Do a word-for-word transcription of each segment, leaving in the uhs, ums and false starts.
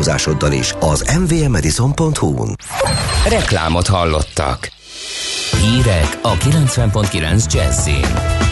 vállalkozásoddal is az em vé em edison pont hu-n. Reklámot hallottak. Hírek a kilencven pont kilenc Jazzin.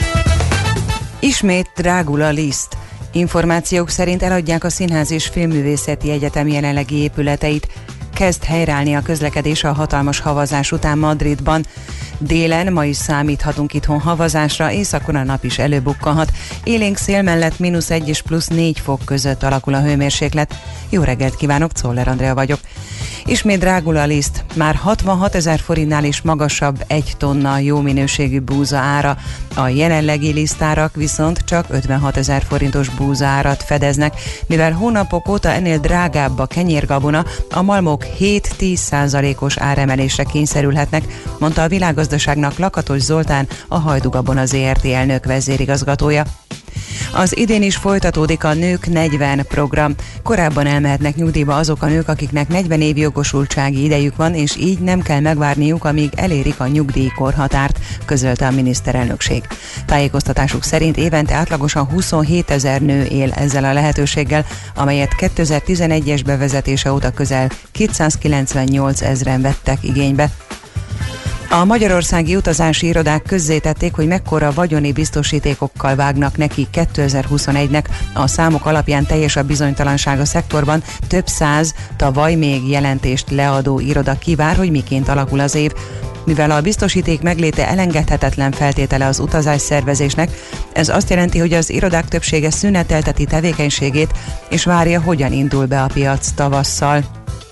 Ismét drágul a Liszt. Információk szerint eladják a Színház és Filmművészeti Egyetem jelenlegi épületeit. Kezd helyreállni a közlekedés a hatalmas havazás után Madridban. Délen ma is számíthatunk itthon havazásra, északon a nap is előbukkanhat. Élénk szél mellett mínusz egy és plusz négy fok között alakul a hőmérséklet. Jó reggelt kívánok, Czoller Andrea vagyok. Ismét drágul a Liszt. Már hatvanhat ezer forintnál is magasabb egy tonna jó minőségű búza ára. A jelenlegi lisztárak viszont csak ötvenhat ezer forintos búza árat fedeznek, mivel hónapok óta ennél drágább a kenyérgabona, a malmok hét-tíz százalékos áremelésre kényszerülhetnek, mondta a Világgazdaságnak Lakatos Zoltán, a Hajdú Gabona zé er té elnök vezérigazgatója. Az idén is folytatódik a Nők negyven program. Korábban elmehetnek nyugdíjba azok a nők, akiknek negyven év jogosultsági idejük van, és így nem kell megvárniuk, amíg elérik a nyugdíjkorhatárt, közölte a miniszterelnökség. Tájékoztatásuk szerint évente átlagosan huszonhét ezer nő él ezzel a lehetőséggel, amelyet kétezer-tizenegyes bevezetése óta közel kétszázkilencvennyolc ezren vettek igénybe. A magyarországi utazási irodák közzétették, hogy mekkora vagyoni biztosítékokkal vágnak neki kétezer-huszonegynek. A számok alapján teljes a bizonytalanság a szektorban, több száz tavaly még jelentést leadó iroda kivár, hogy miként alakul az év. Mivel a biztosíték megléte elengedhetetlen feltétele az utazásszervezésnek, ez azt jelenti, hogy az irodák többsége szünetelteti tevékenységét, és várja, hogyan indul be a piac tavasszal.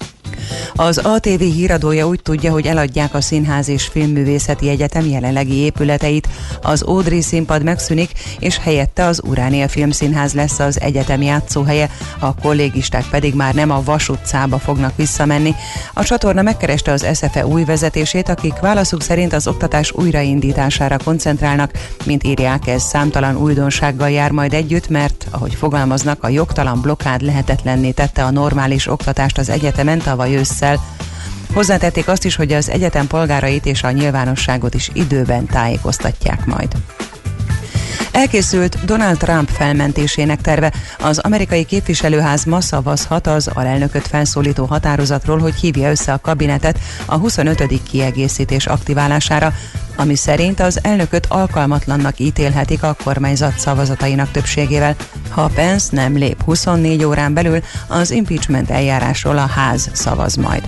Az á té vé híradója úgy tudja, hogy eladják a Színház és Filmművészeti Egyetem jelenlegi épületeit. Az Audrey színpad megszűnik, és helyette az Uránia Filmszínház lesz az egyetem játszóhelye, a kollégisták pedig már nem a Vas utcába fognak visszamenni. A csatorna megkereste az es ef e új vezetését, akik válaszuk szerint az oktatás újraindítására koncentrálnak, mint írják, ez számtalan újdonsággal jár majd együtt, mert, ahogy fogalmaznak, a jogtalan blokkád lehetetlenné tette a normális oktatást az egyetemen tavaly ősszel. Hozzátették azt is, hogy az egyetem polgárait és a nyilvánosságot is időben tájékoztatják majd. Elkészült Donald Trump felmentésének terve. Az amerikai képviselőház ma szavazhat az alelnököt felszólító határozatról, hogy hívja össze a kabinetet a huszonötödik kiegészítés aktiválására, ami szerint az elnököt alkalmatlannak ítélhetik a kormányzat szavazatainak többségével. Ha Pence nem lép huszonnégy órán belül, az impeachment eljárásról a ház szavaz majd.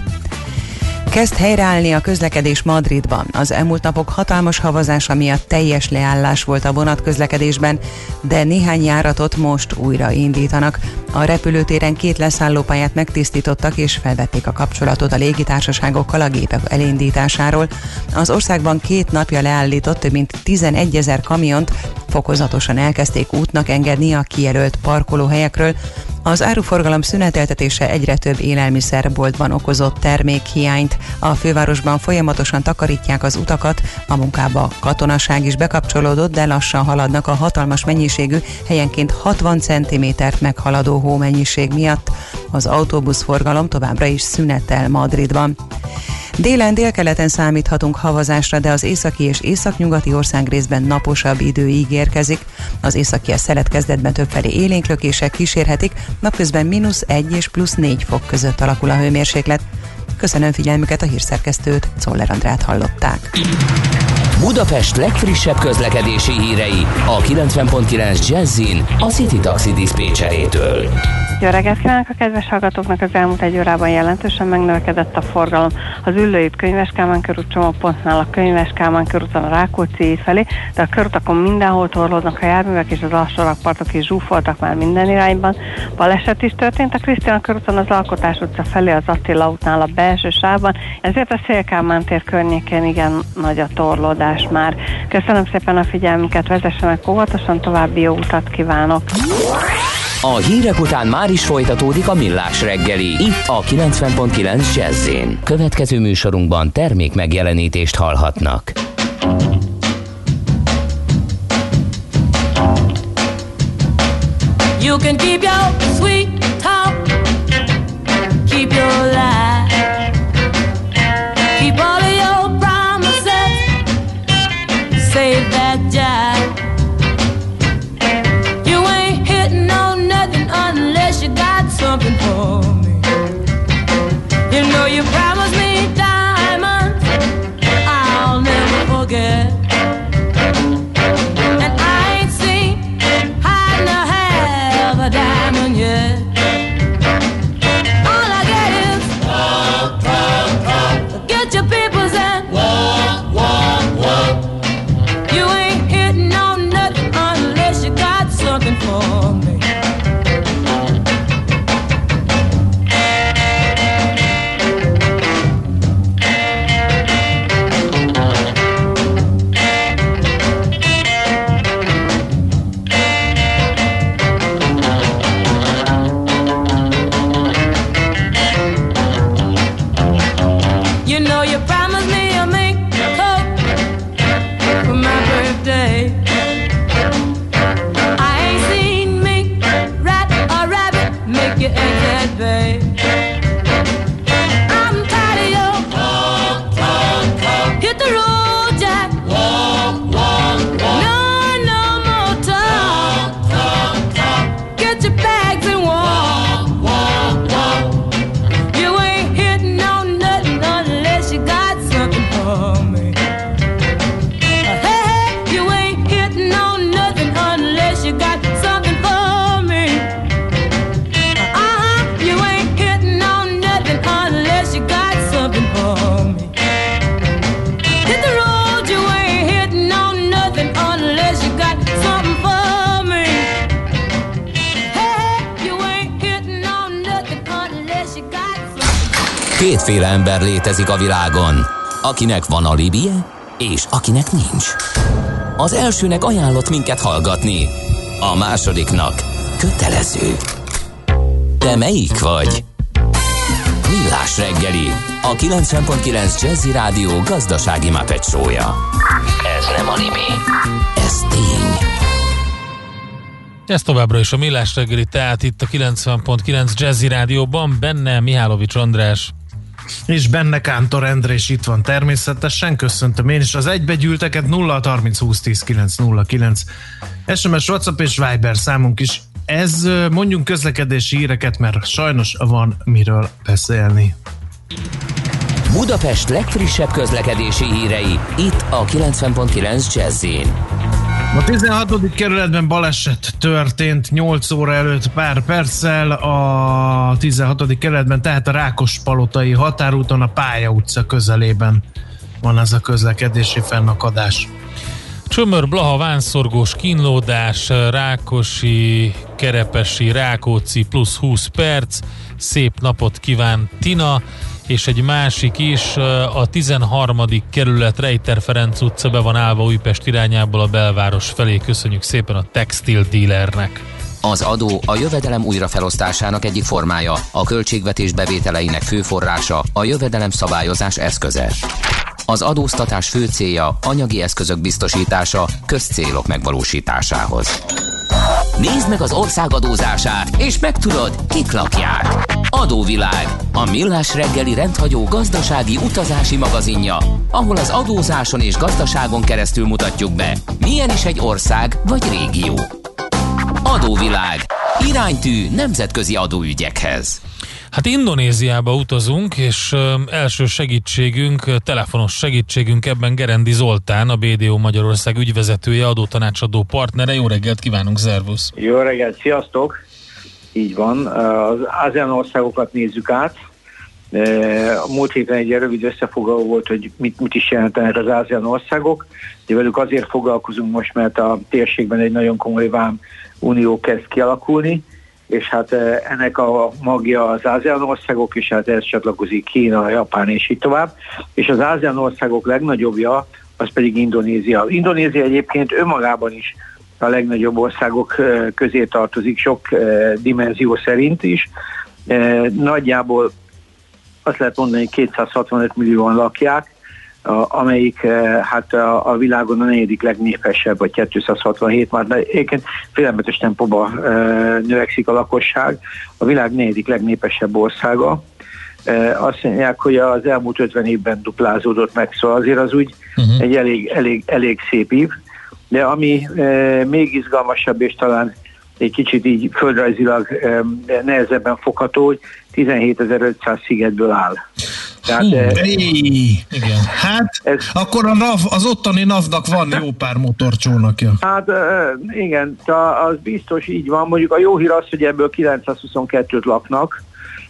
Kezd helyreállni a közlekedés Madridban. Az elmúlt napok hatalmas havazása miatt teljes leállás volt a vonatközlekedésben, de néhány járatot most újra indítanak. A repülőtéren két leszállópályát megtisztítottak és felvették a kapcsolatot a légitársaságokkal a gépek elindításáról. Az országban két napja leállított több mint tizenegyezer kamiont fokozatosan elkezdték útnak engedni a kijelölt parkolóhelyekről. Az áruforgalom szüneteltetése egyre több élelmiszerboltban okozott termékhiányt. A fővárosban folyamatosan takarítják az utakat, a munkába katonaság is bekapcsolódott, de lassan haladnak a hatalmas mennyiségű, helyenként hatvan centimétert meghaladó hómennyiség miatt. Az autóbuszforgalom továbbra is szünetel Madridban. Délen délkeleten számíthatunk havazásra, de az északi és északnyugati országrészben naposabb idő ígérkezik. Az északi a szelet kezdetben többfelé élénklökések kísérhetik, napközben mínusz egy és plusz négy fok között alakul a hőmérséklet. Köszönöm figyelmüket, a hírszerkesztőt, Czoller Andrát hallották. Budapest legfrissebb közlekedési hírei a kilencven pont kilenc Jazzin a City Taxi diszpécserétől. Jó reggelt kívánok a kedves hallgatóknak! Az elmúlt egy órában jelentősen megnövekedett a forgalom. Az Üllői Könyves Kálmán körút csomópontnál a Könyves Kálmán körúton a Rákóczi felé, de a körutakon mindenhol torlódnak a járművek, és az alsó rakpartok is zsúfoltak már minden irányban. Baleset is történt a Krisztina körúton az Alkotás utca felé, az Attila útnál a belső sávban, ezért a Szél-Kálmán tér környékén igen nagy a torlódás már. Köszönöm szépen a figyelmüket, vezessenek óvatosan, további jó utat kívánok! A hírek után már is folytatódik a Millás reggeli, itt a kilencven pont kilenc Jazz-én. Következő műsorunkban termék megjelenítést hallhatnak. You can keep your sweet talk, keep your lie, keep all of your promises, save that jive. You ain't hitting on nothing unless you got something for me. you promised me diamonds I'll never forget. And I ain't seen hide nor have a diamond yet. All I get is walk, talk, talk. Get your papers and walk, walk, walk. You ain't hitting on nothing unless you got something for me. Kétféle ember létezik a világon, akinek van alibije, és akinek nincs. Az elsőnek ajánlott minket hallgatni, a másodiknak kötelező. Te melyik vagy? Millás reggeli, a kilencven pont kilenc Jazzy Rádió gazdasági Muppet show-ja. Ez nem anime, ez tény. Ez továbbra is a Millás reggeli, tehát itt a kilencven pont kilenc Jazzy Rádióban, benne Mihálovics András. És benne Kántor Endre is itt van természetesen, köszöntöm én is az egybegyűlteket. Nulla harminc húsz tíz kilenc nulla kilenc es em es, WhatsApp és Viber számunk is. Ez, mondjunk közlekedési híreket, mert sajnos van miről beszélni. Budapest legfrissebb közlekedési hírei, itt a kilencven pont kilenc Jazzyn. A tizenhatodik kerületben baleset történt nyolc óra előtt pár perccel a tizenhatodik kerületben, tehát a Rákospalotai határúton a Pálya utca közelében van ez a közlekedési fennakadás. Csömör, Blaha, Vánszorgós, kínlódás, Rákosi, Kerepesi, Rákóczi plusz húsz perc. Szép napot kíván Tina. És egy másik is, a tizenharmadik kerület, Rejter Ferenc utca be van állva Újpest irányából a belváros felé. Köszönjük szépen a textil dealernek. Az adó a jövedelem újrafelosztásának egyik formája, a költségvetés bevételeinek fő forrása, a jövedelem szabályozás eszköze. Az adóztatás fő célja anyagi eszközök biztosítása közcélok megvalósításához. Nézd meg az ország adózását, és megtudod, kik lakják. Adóvilág, a millás reggeli rendhagyó gazdasági utazási magazinja, ahol az adózáson és gazdaságon keresztül mutatjuk be, milyen is egy ország vagy régió. Adóvilág, iránytű nemzetközi adóügyekhez. Hát Indonéziába utazunk, és első segítségünk, telefonos segítségünk ebben Gerendi Zoltán, a bé dé o Magyarország ügyvezetője, adótanácsadó partnere. Jó reggelt kívánunk, szervusz! Jó reggelt, sziasztok! Így van, az ASEAN országokat nézzük át. A múlt héten egy rövid összefoglaló volt, hogy mit, mit is jelentenek az ASEAN országok, de velük azért foglalkozunk most, mert a térségben egy nagyon komoly vám unió kezd kialakulni, és hát ennek a magja az ASEAN országok, és hát ehhez csatlakozik Kína, Japán és így tovább. És az ASEAN országok legnagyobbja, az pedig Indonézia. Indonézia egyébként önmagában is a legnagyobb országok közé tartozik, sok dimenzió szerint is. Nagyjából azt lehet mondani, hogy kétszázhatvanöt millióan lakják, amelyik hát a, a világon a negyedik legnépesebb, vagy kétszázhatvanhét, már egyébként félelmetes tempóban növekszik a lakosság, a világ negyedik legnépesebb országa. Azt mondják, hogy az elmúlt ötven évben duplázódott meg, szóval azért az úgy uh-huh. egy elég, elég, elég szép év, de ami még izgalmasabb, és talán egy kicsit így földrajzilag nehezebben fogható, hogy tizenhétezer-ötszáz szigetből áll. Tehát, Hú, e, igen. Hát ez, akkor a NAV, az ottani NAV-nak van jó pár motorcsónakja. Hát igen, az biztos így van. Mondjuk a jó hír az, hogy ebből kilencszázhuszonkettőt laknak,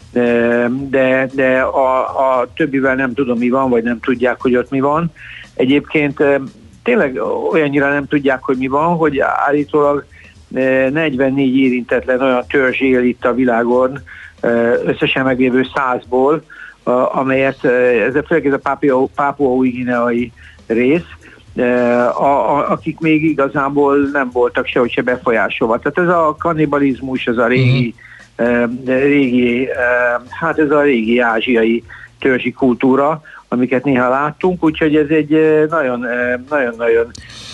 de, de a, a többivel nem tudom mi van, vagy nem tudják, hogy ott mi van. Egyébként tényleg olyannyira nem tudják, hogy mi van, hogy állítólag negyvennégy érintetlen olyan törzs él itt a világon, összesen meglévő százból, amelyet, ez a, főleg ez a Pápua-új-guineai rész, a, a, akik még igazából nem voltak sehogy se befolyásolva. Tehát ez a kannibalizmus, ez a régi, uh-huh. régi hát ez a régi ázsiai törzsi kultúra, amiket néha láttunk, úgyhogy ez egy nagyon-nagyon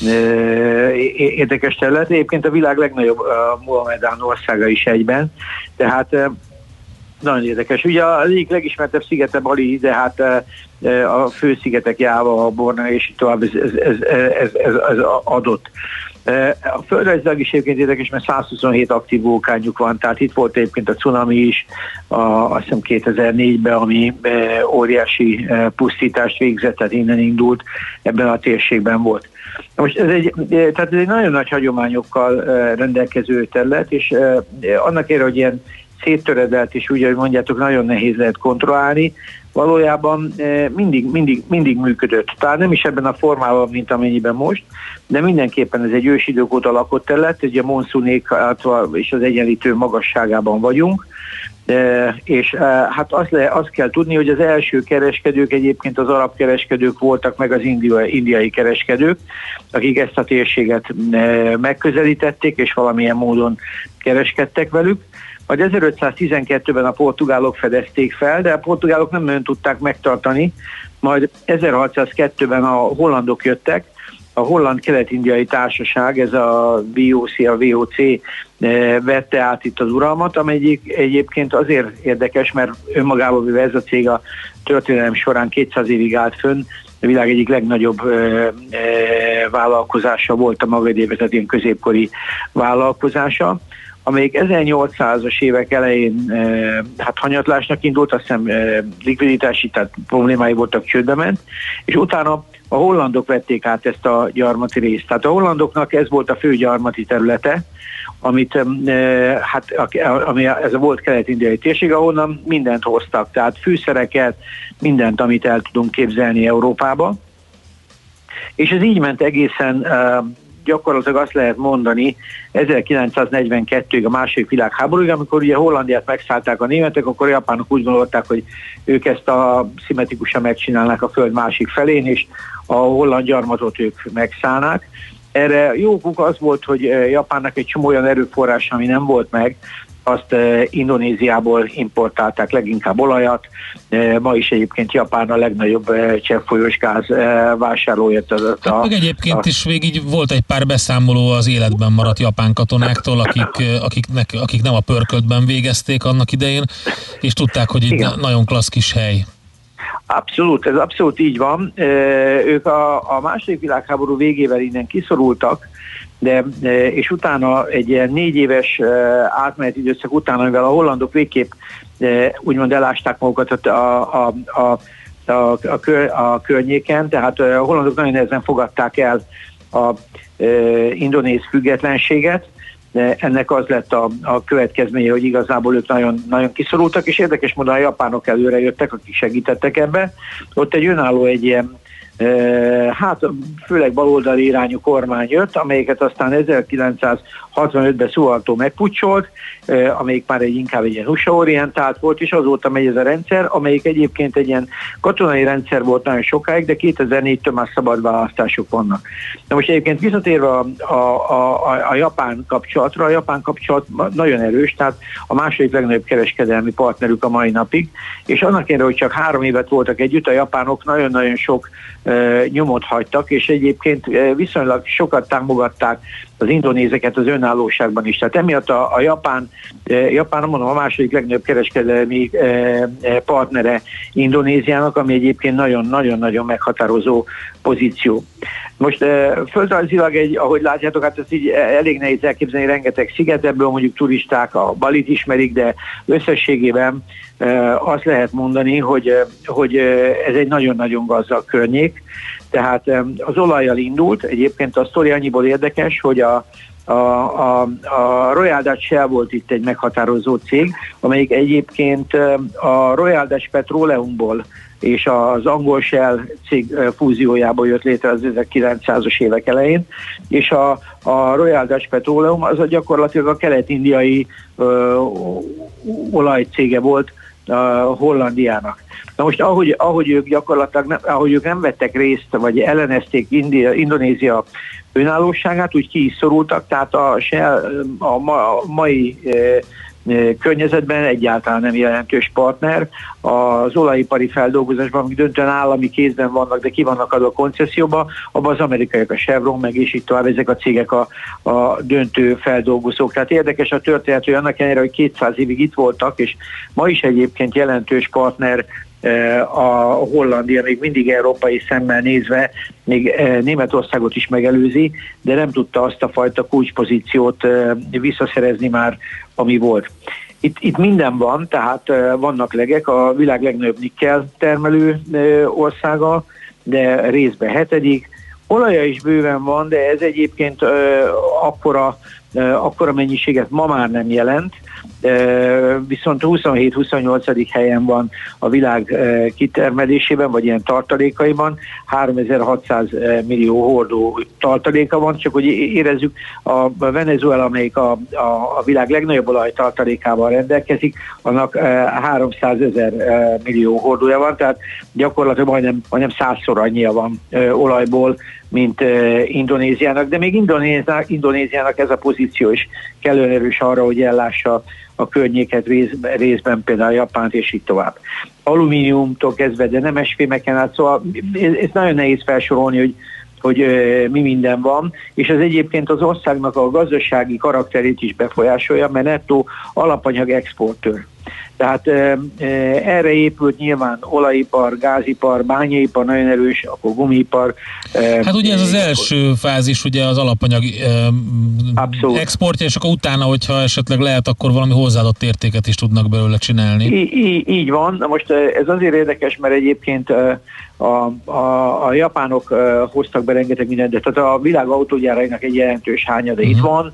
érdekes terület. Egyébként a világ legnagyobb muhamedán országa is egyben, tehát nagyon érdekes. Ugye a egyik legismertebb szigete Bali, de hát a főszigetek, Jáva, a Borneo és tovább ez, ez, ez, ez, ez, ez adott. A földrajzilag is egyébként érdekes, mert százhuszonhét aktív vulkánjuk van, tehát itt volt egyébként a cunami is, a, azt hiszem kétezer-négyben, ami óriási pusztítást végzett, tehát innen indult, ebben a térségben volt. Most ez egy, tehát ez egy nagyon nagy hagyományokkal rendelkező terület, és annak érve, hogy ilyen széttöredelt, és úgy, ahogy mondjátok, nagyon nehéz lehet kontrollálni, valójában mindig, mindig, mindig működött. Tehát nem is ebben a formában, mint amennyiben most, de mindenképpen ez egy ősidők óta lakott terület, ugye a monszunék és az egyenlítő magasságában vagyunk, de, és hát azt, le, azt kell tudni, hogy az első kereskedők egyébként az arab kereskedők voltak, meg az indiai, indiai kereskedők, akik ezt a térséget megközelítették, és valamilyen módon kereskedtek velük. Majd ezerötszáztizenkettőben a portugálok fedezték fel, de a portugálok nem nagyon tudták megtartani, majd ezerhatszázkettőben a hollandok jöttek, a Holland Kelet-Indiai Társaság, ez a vé o cé, a vé o cé vette át itt az uralmat, amely egyébként azért érdekes, mert önmagában véve ez a cég a történelem során kétszáz évig állt fönn, a világ egyik legnagyobb e, e, vállalkozása volt a maga idejében, tehát ilyen középkori vállalkozása, amelyik ezernyolcszázas évek elején e, hát hanyatlásnak indult, azt hiszem e, likviditási, tehát problémái voltak, csődbe ment, és utána a hollandok vették át ezt a gyarmati részt. Tehát a hollandoknak ez volt a fő gyarmati területe, amit, e, hát, ami ez a volt kelet-indiai térség, ahonnan mindent hoztak, tehát fűszereket, mindent, amit el tudunk képzelni Európába. És ez így ment egészen e, gyakorlatilag azt lehet mondani ezerkilencszáznegyvenkettőig, a második világháborúig, amikor ugye Hollandiát megszállták a németek, akkor a japánok úgy gondolták, hogy ők ezt a szimmetrikusan megcsinálnák a föld másik felén, és a holland gyarmatot ők megszállnák. Erre jó okuk az volt, hogy Japánnak egy csomó olyan erőforrás, ami nem volt meg, azt Indonéziából importálták leginkább olajat. Ma is egyébként Japán a legnagyobb cseppfolyós gáz vásárlója. Hát a, meg egyébként a... is végig volt egy pár beszámoló az életben maradt japán katonáktól, akik, akiknek, akik nem a pörköltben végezték annak idején, és tudták, hogy itt nagyon klassz kis hely. Abszolút, ez abszolút így van. Ők a, a második világháború végével innen kiszorultak, de, és utána egy ilyen négy éves átmeneti időszak után, amivel a hollandok végképp úgymond elásták magukat a, a, a, a, a, kör, a környéken, tehát a hollandok nagyon nehezen fogadták el a indonéz függetlenséget. De ennek az lett a, a következménye, hogy igazából ők nagyon, nagyon kiszorultak, és érdekes módon a japánok előre jöttek, akik segítettek ebbe. Ott egy önálló, egy ilyen, e, hát főleg baloldali irányú kormány jött, amelyiket aztán ezerkilencszázhatvanötben Suharto megpucsolt, e, amelyik már egy inkább egy ilyen u es á-orientált volt, és azóta megy ez a rendszer, amelyik egyébként egy ilyen katonai rendszer volt nagyon sokáig, de kétezer-négytől már szabad választások vannak. Na most egyébként visszatérve a, a, a, a japán kapcsolatra, a japán kapcsolat nagyon erős, tehát a második legnagyobb kereskedelmi partnerük a mai napig, és annak ellenére, hogy csak három évet voltak együtt, a japánok nagyon-nagyon sok e, nyomot hagytak, és egyébként e, viszonylag sokat támogatták az indonézeket az önállóságban is. Tehát emiatt a, a Japán, eh, Japán, mondom, a második legnagyobb kereskedelmi eh, partnere Indonéziának, ami egyébként nagyon-nagyon-nagyon meghatározó pozíció. Most eh, földrajzilag, egy, ahogy látjátok, hát ez így elég nehéz elképzelni, rengeteg sziget, ebből mondjuk turisták a Balit ismerik, de összességében eh, azt lehet mondani, hogy, eh, hogy eh, ez egy nagyon-nagyon gazdag környék. Tehát az olajjal indult, egyébként a sztori annyiból érdekes, hogy a, a, a, a Royal Dutch Shell volt itt egy meghatározó cég, amelyik egyébként a Royal Dutch Petroleumból és az angol Shell cég fúziójából jött létre az ezerkilencszázas évek elején, és a, a Royal Dutch Petroleum az a gyakorlatilag a kelet-indiai ö, olajcége volt a Hollandiának. Na most ahogy, ahogy ők gyakorlatilag nem, ahogy ők nem vettek részt, vagy ellenezték India, Indonézia önállóságát, úgy ki is szorultak, tehát a, a, ma, a mai e, e, környezetben egyáltalán nem jelentős partner. Az olajipari feldolgozásban, amik döntően állami kézben vannak, de ki vannak adva a koncesszióba, abban az amerikaiak, a Chevron, meg és így tovább, ezek a cégek a, a döntő feldolgozók. Tehát érdekes a történet, hogy annak ellenére, hogy kétszáz évig itt voltak, és ma is egyébként jelentős partner a Hollandia, még mindig európai szemmel nézve, még Németországot is megelőzi, de nem tudta azt a fajta kulcspozíciót visszaszerezni már, ami volt. Itt, itt minden van, tehát vannak legek, a világ legnagyobb nikkel termelő országa, de részben hetedik. Olaja is bőven van, de ez egyébként akkora, akkora mennyiséget ma már nem jelent, viszont huszonhét-huszonnyolcadik helyen van a világ kitermelésében, vagy ilyen tartalékaiban, háromezer-hatszáz millió hordó tartaléka van, csak hogy érezzük, a Venezuela, amelyik a, a, a világ legnagyobb olajtartalékával rendelkezik, annak háromszázezer millió hordója van, tehát gyakorlatilag majdnem, majdnem százszor annyia van olajból, mint Indonéziának, de még Indonéziának, Indonéziának ez a pozíció is kellően erős arra, hogy ellássa a környéket részben, részben például Japánt és így tovább. Alumíniumtól kezdve, de nemesfémeken át, szóval ez, ez nagyon nehéz felsorolni, hogy, hogy ö, mi minden van, és ez egyébként az országnak a gazdasági karakterét is befolyásolja, mert nettó alapanyag exportőr. Tehát e, e, erre épült nyilván olajipar, gázipar, bányaipar nagyon erős, akkor gumipar. E, hát ugye ez az első fázis, ugye az alapanyag e, exportja, és akkor utána, hogyha esetleg lehet, akkor valami hozzáadott értéket is tudnak belőle csinálni. Í- í- így van. Na most ez azért érdekes, mert egyébként a, a, a japánok hoztak be rengeteg mindent, de tehát a világ autógyárainak egy jelentős hányada uh-huh. itt van,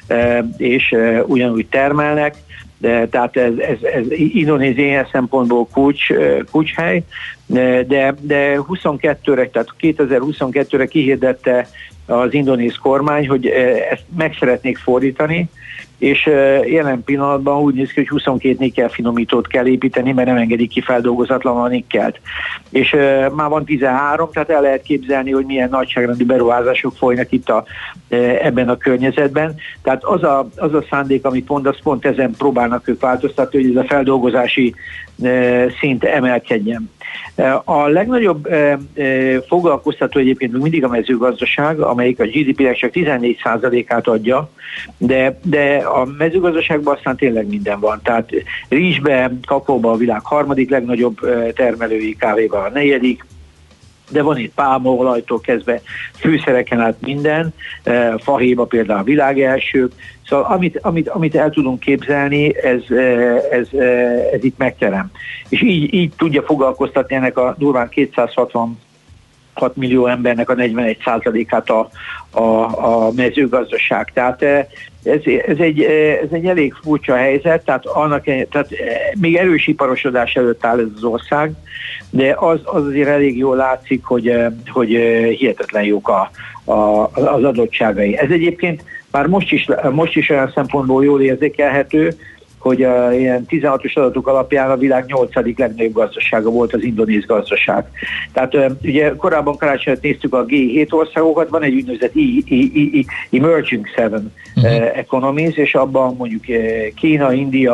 és ugyanúgy termelnek. De, tehát ez, ez, ez Indonézia szempontból kulcs, kulcshely, de, de huszonkettőre, tehát kétezer-huszonkettőre kihirdette az indonéz kormány, hogy ezt meg szeretnék fordítani, és jelen pillanatban úgy néz ki, hogy huszonkét nikkel finomítót kell építeni, mert nem engedik ki feldolgozatlan a nikkelt. És már van tizenhárom, tehát el lehet képzelni, hogy milyen nagyságrendű beruházások folynak itt a, ebben a környezetben. Tehát az a, az a szándék, amit mondasz, pont ezen próbálnak ők változtatni, hogy ez a feldolgozási szint emelkedjen. A legnagyobb foglalkoztató egyébként még mindig a mezőgazdaság, amelyik a gé dé pé-nek csak tizennégy százalékát adja, de, de a mezőgazdaságban aztán tényleg minden van. Tehát rizsbe, kakaóban a világ harmadik legnagyobb termelői, kávéban a negyedik, de van itt pálmaolajtól kezdve fűszereken át minden, fahéjba például a világ elsők, szóval amit, amit, amit el tudunk képzelni, ez, ez, ez itt megterem. És így, így tudja foglalkoztatni ennek a durván kétszázhatvanhat millió embernek a negyvenegy százalékát a, a, a mezőgazdaság. Tehát ez, ez, egy, ez egy elég furcsa helyzet, tehát, annak, tehát még erős iparosodás előtt áll ez az ország, de az, az azért elég jól látszik, hogy, hogy hihetetlen jók a, a, az adottságai. Ez egyébként már most is, most is olyan szempontból jól érzékelhető, hogy a ilyen tizenhatos adatok alapján a világ nyolcadik legnagyobb gazdasága volt az indonéz gazdaság. Tehát ugye korábban karácsonyra néztük a gé hét országokat, van egy úgynevezett Emerging Seven uh-huh. Economies, és abban mondjuk Kína, India,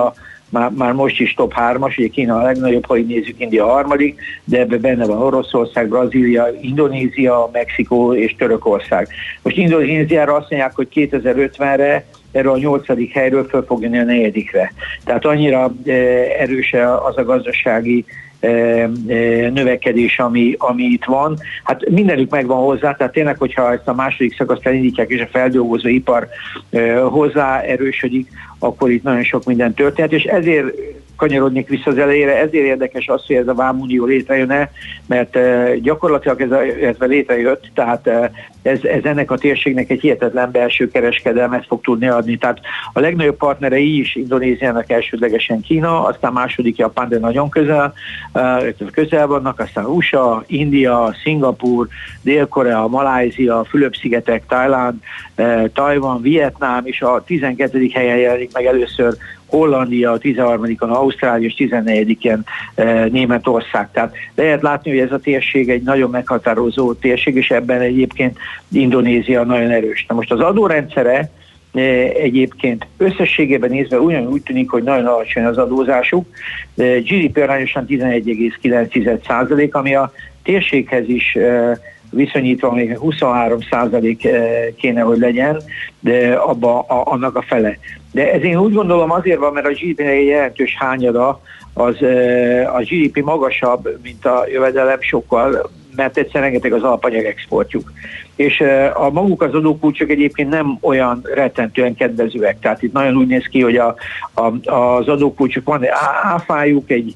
már, már most is top hármas, ugye Kína a legnagyobb, ha így nézzük, India a harmadik, de ebben benne van Oroszország, Brazília, Indonézia, Mexikó és Törökország. Most Indonéziára azt mondják, hogy kétezer-ötvenre erről a nyolcadik helyről föl fog jönni a negyedikre. Tehát annyira erős az a gazdasági növekedés, ami, ami itt van. Hát mindenük megvan hozzá, tehát tényleg, hogyha ezt a második szakaszt elindítják, és a feldolgozó ipar hozzá erősödik, akkor itt nagyon sok minden történt, és ezért kanyarodnék vissza az elejére, ezért érdekes az, hogy ez a vámunió létrejön-e, mert gyakorlatilag ez, a, ez létrejött, tehát ez, ez ennek a térségnek egy hihetetlen belső kereskedelmet fog tudni adni. Tehát a legnagyobb partnerei is Indonéziának elsődlegesen Kína, aztán második Japán, de nagyon közel, közel vannak, aztán u es á, India, Szingapúr, Dél-Korea, Malajzia, Fülöp-szigetek, Tajland, Tajvan, Vietnám, és a tizenkettedik helyen jelenik meg először Hollandia, a tizenharmadikon Ausztrália és tizennegyediken e, Németország. Tehát lehet látni, hogy ez a térség egy nagyon meghatározó térség, és ebben egyébként Indonézia nagyon erős. Na most az adórendszere e, egyébként összességében nézve ugyanúgy úgy tűnik, hogy nagyon alacsony az adózásuk. E, gé dé pé arányosan tizenegy egész kilenc százalék, ami a térséghez is e, viszonyítva még huszonhárom százalék kéne, hogy legyen, de abba a, annak a fele. De ez én úgy gondolom azért van, mert a gé dé pé-nek egy jelentős hányada, az a gé dé pé magasabb, mint a jövedelem sokkal, mert egyszerűen rengeteg az alapanyag exportjuk. És a maguk az adókulcsok egyébként nem olyan rettentően kedvezőek. Tehát itt nagyon úgy néz ki, hogy a, a, az adókulcsok van áfájuk, egy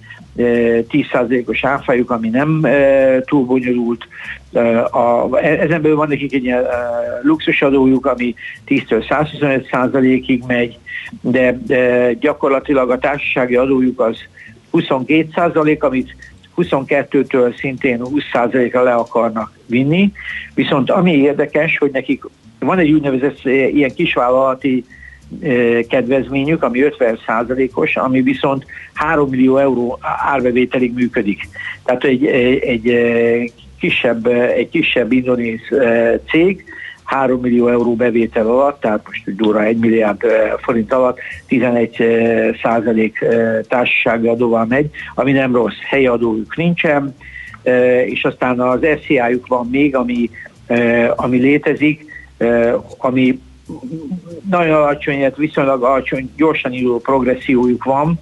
tíz százalékos áfájuk, ami nem e, túl bonyolult. E, a, ezen belül van nekik egy ilyen e, luxusadójuk, ami tíztől százhuszonöt százalékig megy, de, de gyakorlatilag a társasági adójuk az huszonkét százalék, amit huszonkettőtől szintén húsz százalékra le akarnak vinni. Viszont ami érdekes, hogy nekik van egy úgynevezett ilyen kisvállalati kedvezményük, ami ötven százalékos, ami viszont három millió euró árbevételig működik. Tehát egy, egy, egy kisebb, egy kisebb indonéz cég három millió euró bevétel alatt, tehát most úgy durva egy milliárd forint alatt tizenegy százalék társasági adóval megy, ami nem rossz, helyi adójuk nincsen, és aztán az ef cé á-juk van még, ami, ami létezik, ami nagyon alacsony, viszonylag alacsony, gyorsan induló progressziójuk van,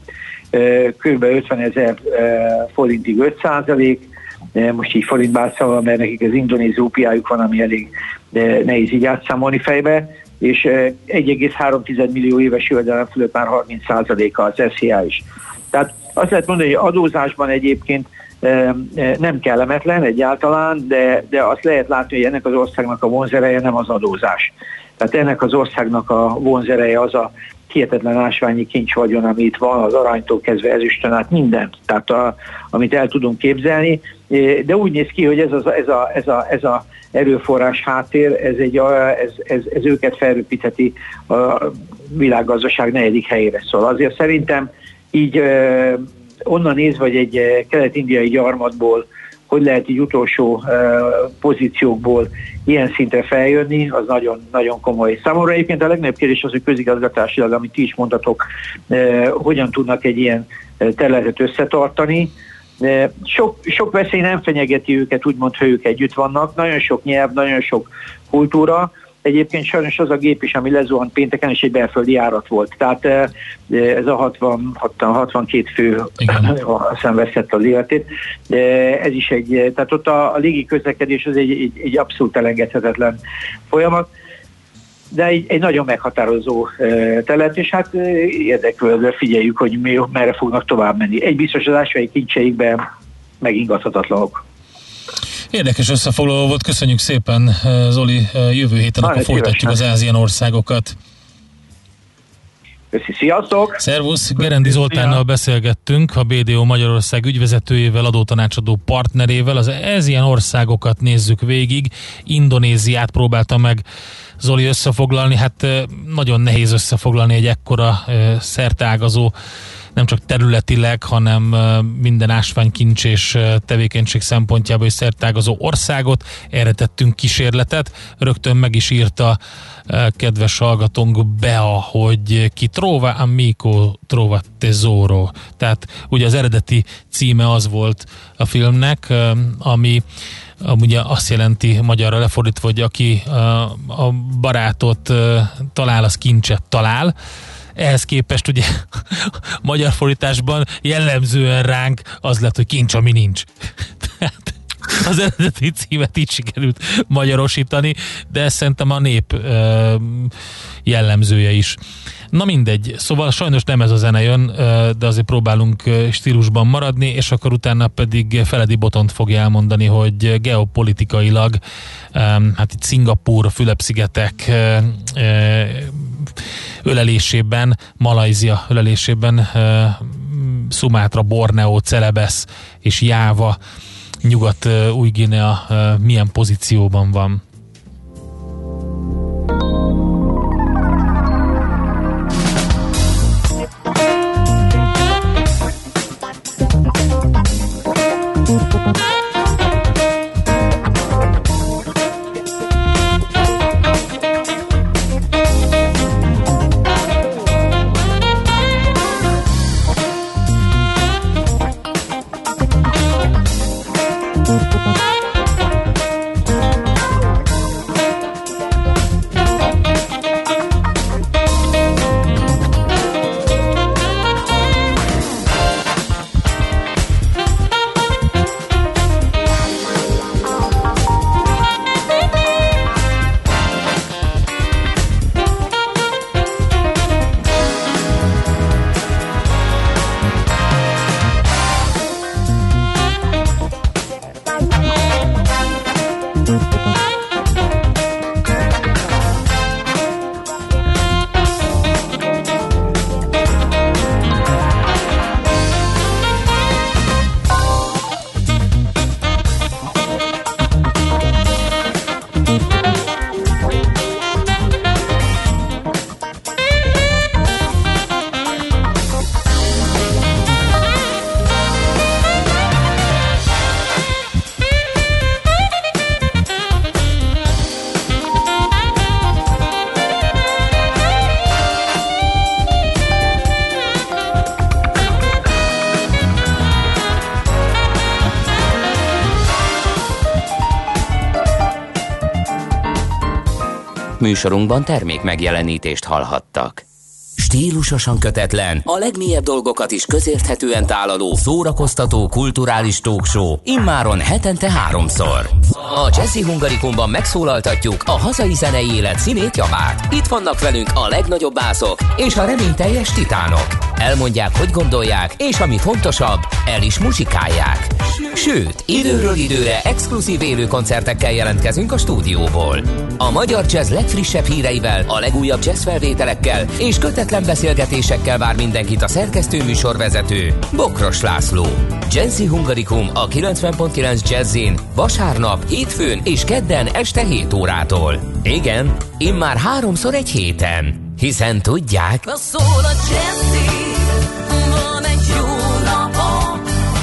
kb. ötvenezer forintig öt százalék, most így forintbár számolva, mert nekik az indonéz rupiájuk van, ami elég nehéz így átszámolni fejbe, és egy egész három millió éves jövedelem fölött már harminc százaléka az ef cé á is. Tehát azt lehet mondani, hogy adózásban egyébként nem kellemetlen egyáltalán, de, de azt lehet látni, hogy ennek az országnak a vonzereje nem az adózás. Tehát ennek az országnak a vonzereje az a hihetetlen ásványi kincs vagyon, ami itt van, az aranytól kezdve ezüstön át mindent, tehát a, amit el tudunk képzelni, de úgy néz ki, hogy ez, az, ez, a, ez, a, ez a erőforrás háttér, ez, egy, ez, ez, ez őket felröpítheti a világgazdaság negyedik helyére. Szóval azért szerintem így onnan nézve, hogy egy kelet-indiai gyarmatból hogy lehet így utolsó uh, pozíciókból ilyen szintre feljönni, az nagyon, nagyon komoly. Számomra egyébként a legnagyobb kérdés az, hogy közigazgatásilag, amit ti is mondtatok, uh, hogyan tudnak egy ilyen területet összetartani. Uh, sok, sok veszély nem fenyegeti őket, úgymond, ha ők együtt vannak. Nagyon sok nyelv, nagyon sok kultúra. Egyébként sajnos az a gép is, ami lezuhant pénteken, és egy belföldi járat volt. Tehát ez a hatvan, hatvankét fő szenvesztette az életét. Ez is egy, tehát ott a, a légi közlekedés az egy, egy, egy abszolút elengedhetetlen folyamat, de egy, egy nagyon meghatározó terület, és hát érdeklődve figyeljük, hogy mi, merre fognak tovább menni. Egy biztos, az ásványi kincseikben megingathatatlanok. Érdekes összefoglaló volt, köszönjük szépen, Zoli, jövő héten akkor folytatjuk az ázsiai országokat. Köszi, sziasztok! Szervusz, Gerendi Zoltánnal beszélgettünk, a bé dé o Magyarország ügyvezetőjével, adótanácsadó partnerével, az ázsiai országokat nézzük végig, Indonéziát próbálta meg Zoli összefoglalni, hát nagyon nehéz összefoglalni egy ekkora szerteágazó nem csak területileg, hanem minden ásványkincs és tevékenység szempontjából is szertágazó országot. Erre tettünk kísérletet. Rögtön meg is írta kedves hallgatónk Bea, hogy ki trova amico trova tesoro. Tehát ugye az eredeti címe az volt a filmnek, ami ugye azt jelenti magyarra lefordítva, hogy aki a barátot talál, az kincset talál. Ehhez képest ugye magyar fordításban jellemzően ránk az lett, hogy kincs, ami nincs. Tehát az eredeti címet így sikerült magyarosítani, de ez szerintem a nép jellemzője is. Na mindegy, szóval sajnos nem ez a zene jön, de azért próbálunk stílusban maradni, és akkor utána pedig Feledi Botont fogja elmondani, hogy geopolitikailag hát itt Szingapúr, Fülöp-szigetek ölelésében, Malajzia ölelésében Szumátra, Borneo, Celebesz és Jáva, Nyugat-Új-Guinea milyen pozícióban van. Műsorunkban termék megjelenítést hallhattak. Stílusosan kötetlen, a legmélyebb dolgokat is közérthetően tálaló, szórakoztató, kulturális talkshow, immáron hetente háromszor. A Jazzy Hungarikumban megszólaltatjuk a hazai zenei élet színét, javát. Itt vannak velünk a legnagyobb bászok és a reményteljes titánok. Elmondják, hogy gondolják, és ami fontosabb, el is muzsikálják. Sőt, időről időre exkluzív élő koncertekkel jelentkezünk a stúdióból. A magyar jazz legfrissebb híreivel, a legújabb jazz felvételekkel és kötetlen beszélgetésekkel vár mindenkit a szerkesztő műsorvezető, Bokros László. Jazzy Hungarikum a kilencven pont kilenc Jazzin vasárnap, hétfőn és kedden este hét órától. Igen, immár háromszor egy héten. Hiszen tudják... Na szól a Jazzy, van egy jó napom.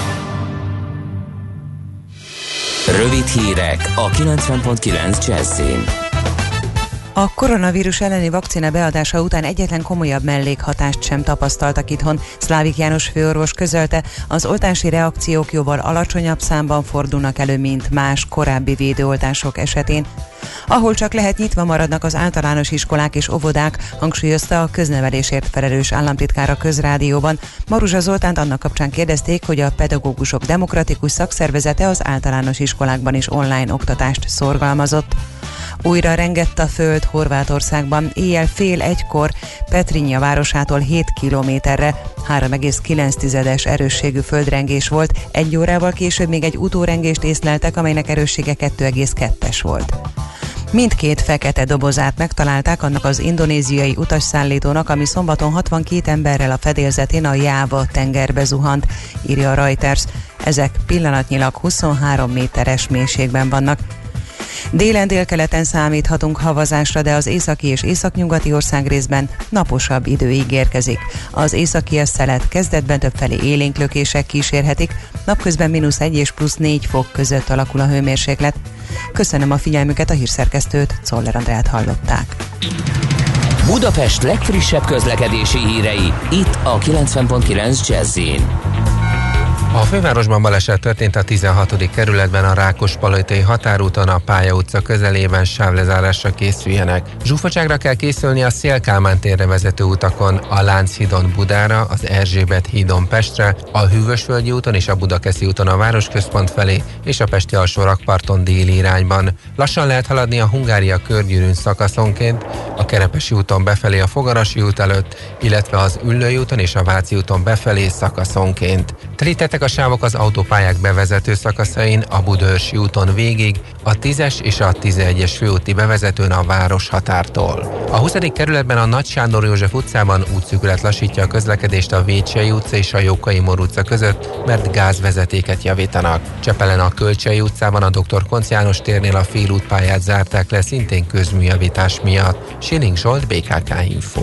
Rövid hírek a kilencven pont kilenc Jazzin. A koronavírus elleni vakcina beadása után egyetlen komolyabb mellékhatást sem tapasztaltak itthon. Szlávik János főorvos közölte, az oltási reakciók jóval alacsonyabb számban fordulnak elő, mint más korábbi védőoltások esetén. Ahol csak lehet, nyitva maradnak az általános iskolák és óvodák, hangsúlyozta a köznevelésért felelős államtitkár a Közrádióban. Maruzsa Zoltánt annak kapcsán kérdezték, hogy a pedagógusok demokratikus szakszervezete az általános iskolákban is online oktatást szorgalmazott. Újra rengett a föld Horvátországban. Éjjel fél egykor Petrinja városától hét kilométerre három egész kilenc erősségű földrengés volt. Egy órával később még egy utórengést észleltek, amelynek erőssége kettő egész kettes volt. Mindkét fekete dobozát megtalálták annak az indonéziai utasszállítónak, ami szombaton hatvankét emberrel a fedélzetén a Jáva tengerbe zuhant, írja a Reuters. Ezek pillanatnyilag huszonhárom méteres mélységben vannak. Délen délkeleten számíthatunk havazásra, de az északi és északnyugati országrészben naposabb idő ígérkezik. Az északi szelet kezdetben többfelé élénk lökések kísérhetik, napközben mínusz egy és plusz négy fok között alakul a hőmérséklet. Köszönöm a figyelmüket, a hírszerkesztőt, Czoller Andrát hallották. Budapest legfrissebb közlekedési hírei, itt a kilencven pont kilenc Jazz-in. A fővárosban baleset történt a tizenhatodik kerületben a Rákospalotai határúton, a Pálya utca közelében, sávlezárásra készüljenek. Zsúfoltságra kell készülni a Széll-Kálmán térre vezető utakon, a Lánchídon Budára, az Erzsébet hídon Pestre, a Hűvösvölgyi úton és a Budakeszi úton a városközpont felé és a pesti alsó rakparton déli irányban. Lassan lehet haladni a Hungária körgyűrűn szakaszonként, a Kerepesi úton befelé a Fogarasi út előtt, illetve az Üllői úton és a Váci úton befelé szakaszonként. Telítettek a sávok az autópályák bevezető szakaszain, a Budaörsi úton végig, a tízes és a tizenegyes főúti bevezetőn a városhatártól. A huszadik kerületben a Nagy Sándor József utcában útszűkület lassítja a közlekedést a Vécsei utca és a Jókai Mór utca között, mert gázvezetéket javítanak. Csepelen a Kölcsei utcában a doktor Koncz János térnél a félútpályát zárták le, szintén közműjavítás miatt. Siling Zsolt, bé ká ká Info.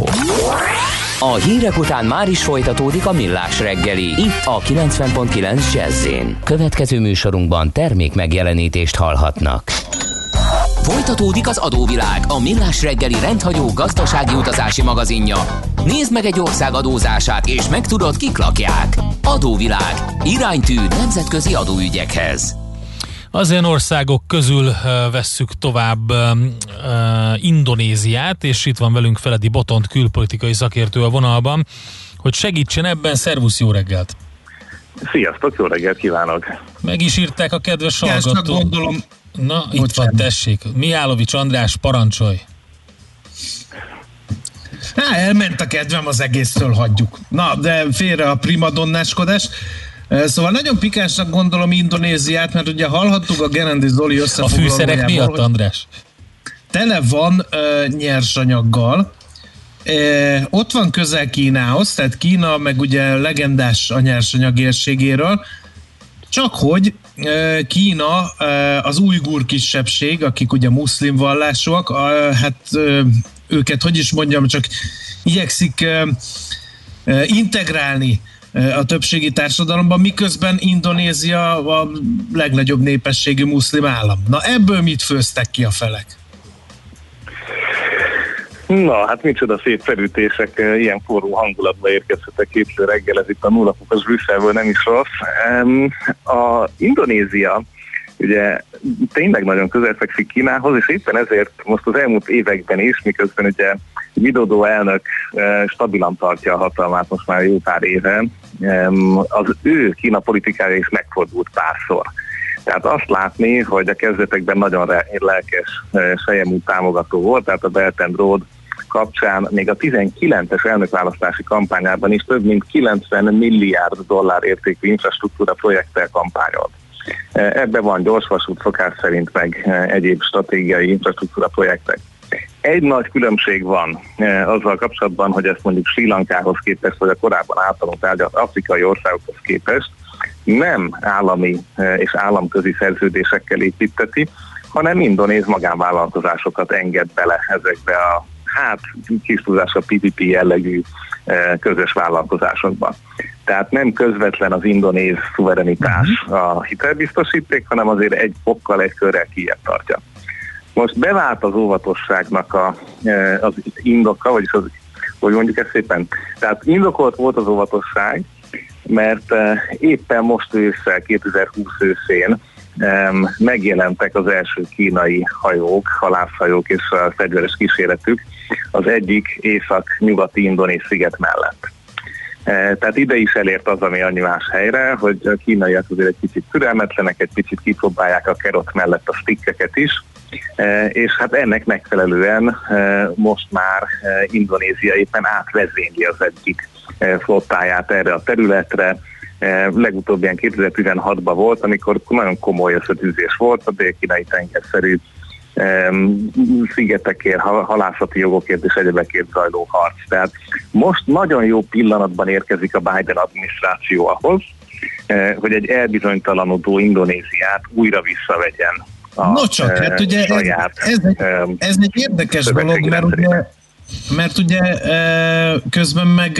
A hírek után már is folytatódik a Millás reggeli, itt a kilencven pont kilenc Jazz-in. Következő műsorunkban termék megjelenítést hallhatnak. Folytatódik az adóvilág, a Millás reggeli rendhagyó gazdasági utazási magazinja. Nézd meg egy ország adózását, és megtudod, kik lakják. Adóvilág. Iránytű nemzetközi adóügyekhez. Az ilyen országok közül uh, vesszük tovább uh, uh, Indonéziát, és itt van velünk Feledi Botont, külpolitikai szakértő a vonalban, hogy segítsen ebben. Szervusz, jó reggelt! Sziasztok, jó reggelt kívánok! Meg is írták a kedves hallgatók. gondolom. Na, itt Bocsánat. Van, tessék. Mihálovics András, parancsolj! Há, elment a kedvem, az egészről hagyjuk. Na, de félre a primadonnáskodás. Szóval nagyon pikánsnak gondolom Indonéziát, mert ugye hallhattuk a Gerendi Zoli összefoglalójában. A fűszerek miatt, András? Tele van uh, nyersanyaggal. Uh, ott van közel Kínához, tehát Kína meg ugye legendás a nyersanyag érségéről. Csak hogy uh, Kína uh, az ujgur kisebbség, akik ugye muszlim vallásúak, uh, hát uh, őket, hogy is mondjam, csak igyekszik uh, uh, integrálni a többségi társadalomban, miközben Indonézia a legnagyobb népességű muszlim állam. Na ebből mit főztek ki a felek? Na, hát micsoda szép felütések, ilyen forró hangulatba érkezhetek hétfő reggel, ez itt a nulla fokos Brüsszelből nem is rossz. A Indonézia ugye tényleg nagyon közel fekszik Kínához, és éppen ezért most az elmúlt években is, miközben ugye Widodo elnök stabilan tartja a hatalmát most már jó pár éve, az ő Kína politikája is megfordult párszor. Tehát azt látni, hogy a kezdetekben nagyon lelkes selyemű támogató volt, tehát a Belt and Road kapcsán még a tizenkilences elnökválasztási kampányában is több mint kilencven milliárd dollár értékű infrastruktúra projekttel kampányolt. Ebben van gyorsvasút szokás szerint, meg egyéb stratégiai infrastruktúra projektek. Egy nagy különbség van e, azzal kapcsolatban, hogy ezt mondjuk Sri Lankához képest, vagy a korábban általunk tárgyalt afrikai országokhoz képest nem állami e, és államközi szerződésekkel építeti, hanem indonéz magánvállalkozásokat enged bele ezekbe a hát kis túlzásra pé pé pé jellegű e, közös vállalkozásokba. Tehát nem közvetlen az indonéz szuverenitás a hitelbiztosíték, hanem azért egy fokkal, egy körrel kijebb tartja. Most bevált az óvatosságnak a, az indoka, vagyis az, hogy mondjuk ezt szépen, tehát indokolt volt az óvatosság, mert éppen most ősszel, kétezer-húsz őszén megjelentek az első kínai hajók, halászhajók és a fegyveres kíséretük az egyik észak-nyugati indonéz sziget mellett. Tehát ide is elért az, ami annyi más helyre, hogy a kínaiak azért egy kicsit türelmetlenek, egy picit kipróbálják a kerot mellett a stikkeket is, és hát ennek megfelelően most már Indonézia éppen átvezényli az egyik flottáját erre a területre. Legutóbb ilyen kétezer-tizenhatban volt, amikor nagyon komoly összetűzés volt a dél-kínai tengerszerű szigetekért, halászati jogokért és egyebekért zajló harc. Tehát most nagyon jó pillanatban érkezik a Biden adminisztráció ahhoz, hogy egy elbizonytalanodó Indonéziát újra visszavegyen a no csak, e, hát ugye saját ez, ez, egy, ez egy érdekes dolog, mert ugye, mert ugye közben meg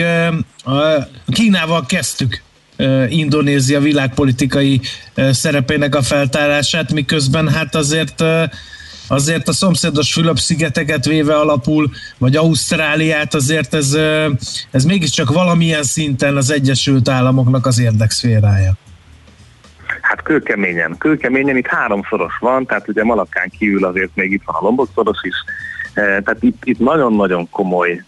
Kínával kezdtük Indonézia világpolitikai szerepének a feltárását, miközben hát azért azért a szomszédos Fülöp-szigeteket véve alapul, vagy Ausztráliát, azért ez, ez mégiscsak valamilyen szinten az Egyesült Államoknak az érdekszférája. Hát kőkeményen, kőkeményen itt háromszoros van, tehát ugye Malakkán kívül azért még itt van a Lombok-szoros is, tehát itt, itt nagyon-nagyon komoly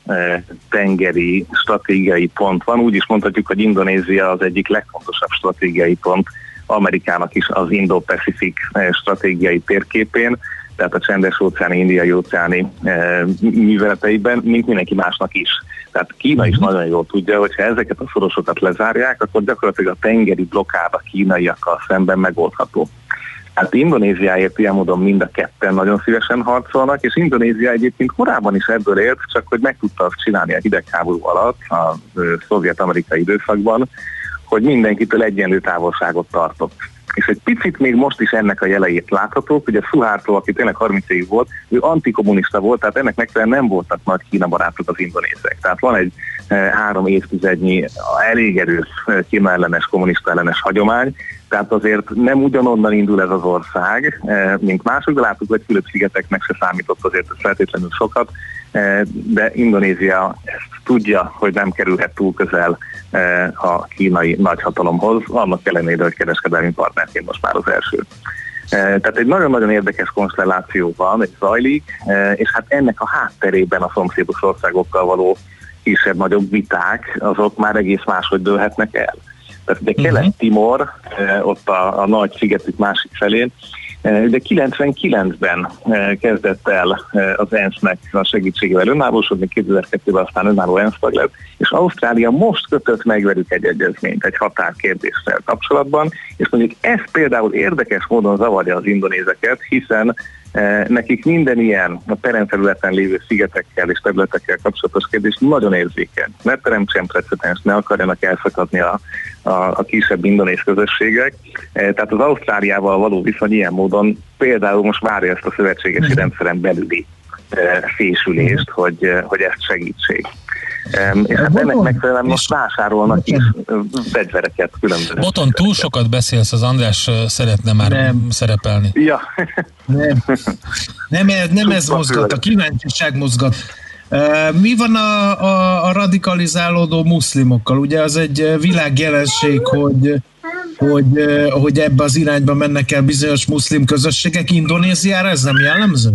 tengeri stratégiai pont van, úgy is mondhatjuk, hogy Indonézia az egyik legfontosabb stratégiai pont Amerikának is az Indo-Pacific stratégiai térképén, tehát a csendes-óceáni, indiai-óceáni műveleteiben, mint mindenki másnak is. Tehát Kína is nagyon jól tudja, hogy ha ezeket a szorosokat lezárják, akkor gyakorlatilag a tengeri blokkád a kínaiakkal szemben megoldható. Hát Indonéziáért ilyen módon mind a ketten nagyon szívesen harcolnak, és Indonézia egyébként korábban is ebből élt, csak hogy meg tudta azt csinálni a hidegháború alatt, a szovjet-amerikai időszakban, hogy mindenkitől egyenlő távolságot tartott. És egy picit még most is ennek a jeleit láthatók, ugye Suharto, aki tényleg harminc évig volt, ő antikommunista volt, tehát ennek megfelelően nem voltak nagy Kína barátok az indonézek. Tehát van egy e, három évtizednyi elég erős Kína ellenes, kommunista ellenes hagyomány, tehát azért nem ugyanonnan indul ez az ország, e, mint mások, de látjuk, hogy Fülöp-szigeteknek se számított azért feltétlenül sokat, e, de Indonézia ezt tudja, hogy nem kerülhet túl közel e, a kínai nagyhatalomhoz, annak ellenére, hogy kereskedelmi partnerként most már az első. Tehát egy nagyon-nagyon érdekes konstelláció van, egy zajlik, és hát ennek a hátterében a szomszédos országokkal való kisebb-nagyobb viták, azok már egész máshogy dőlhetnek el. Tehát ugye Kelet-Timor, ott a, a nagy szigetük másik felén, de kilencvenkilencben kezdett el az ENSZ-nek a segítségével önállósodni, kétezer-kettőben aztán önálló ENSZ tag lett, és Ausztrália most kötött meg velük egy egyezményt egy határkérdéssel kapcsolatban, és mondjuk ez például érdekes módon zavarja az indonézeket, hiszen nekik minden ilyen a peremterületen lévő szigetekkel és területekkel kapcsolatos kérdés nagyon érzékeny. Ne teremtsen precedens, ne akarjanak elszakadni a, a, a kisebb indonéz közösségek. Tehát az Ausztráliával való viszony ilyen módon például most várja ezt a szövetségesi rendszeren belüli fésülést, hogy, hogy ezt segítsék. Um, és hát ennek megfelelően most vásárolnak is fegyvereket különböző. Boton, túl sokat beszélsz, az András szeretne már nem szerepelni. Ja. Nem, nem, ez, nem ez mozgat, a kíváncsiság mozgat. Uh, mi van a, a, a radikalizálódó muszlimokkal? Ugye az egy világjelenség, hogy, hogy, hogy ebbe az irányba mennek el bizonyos muszlim közösségek. Indonéziára ez nem jellemző?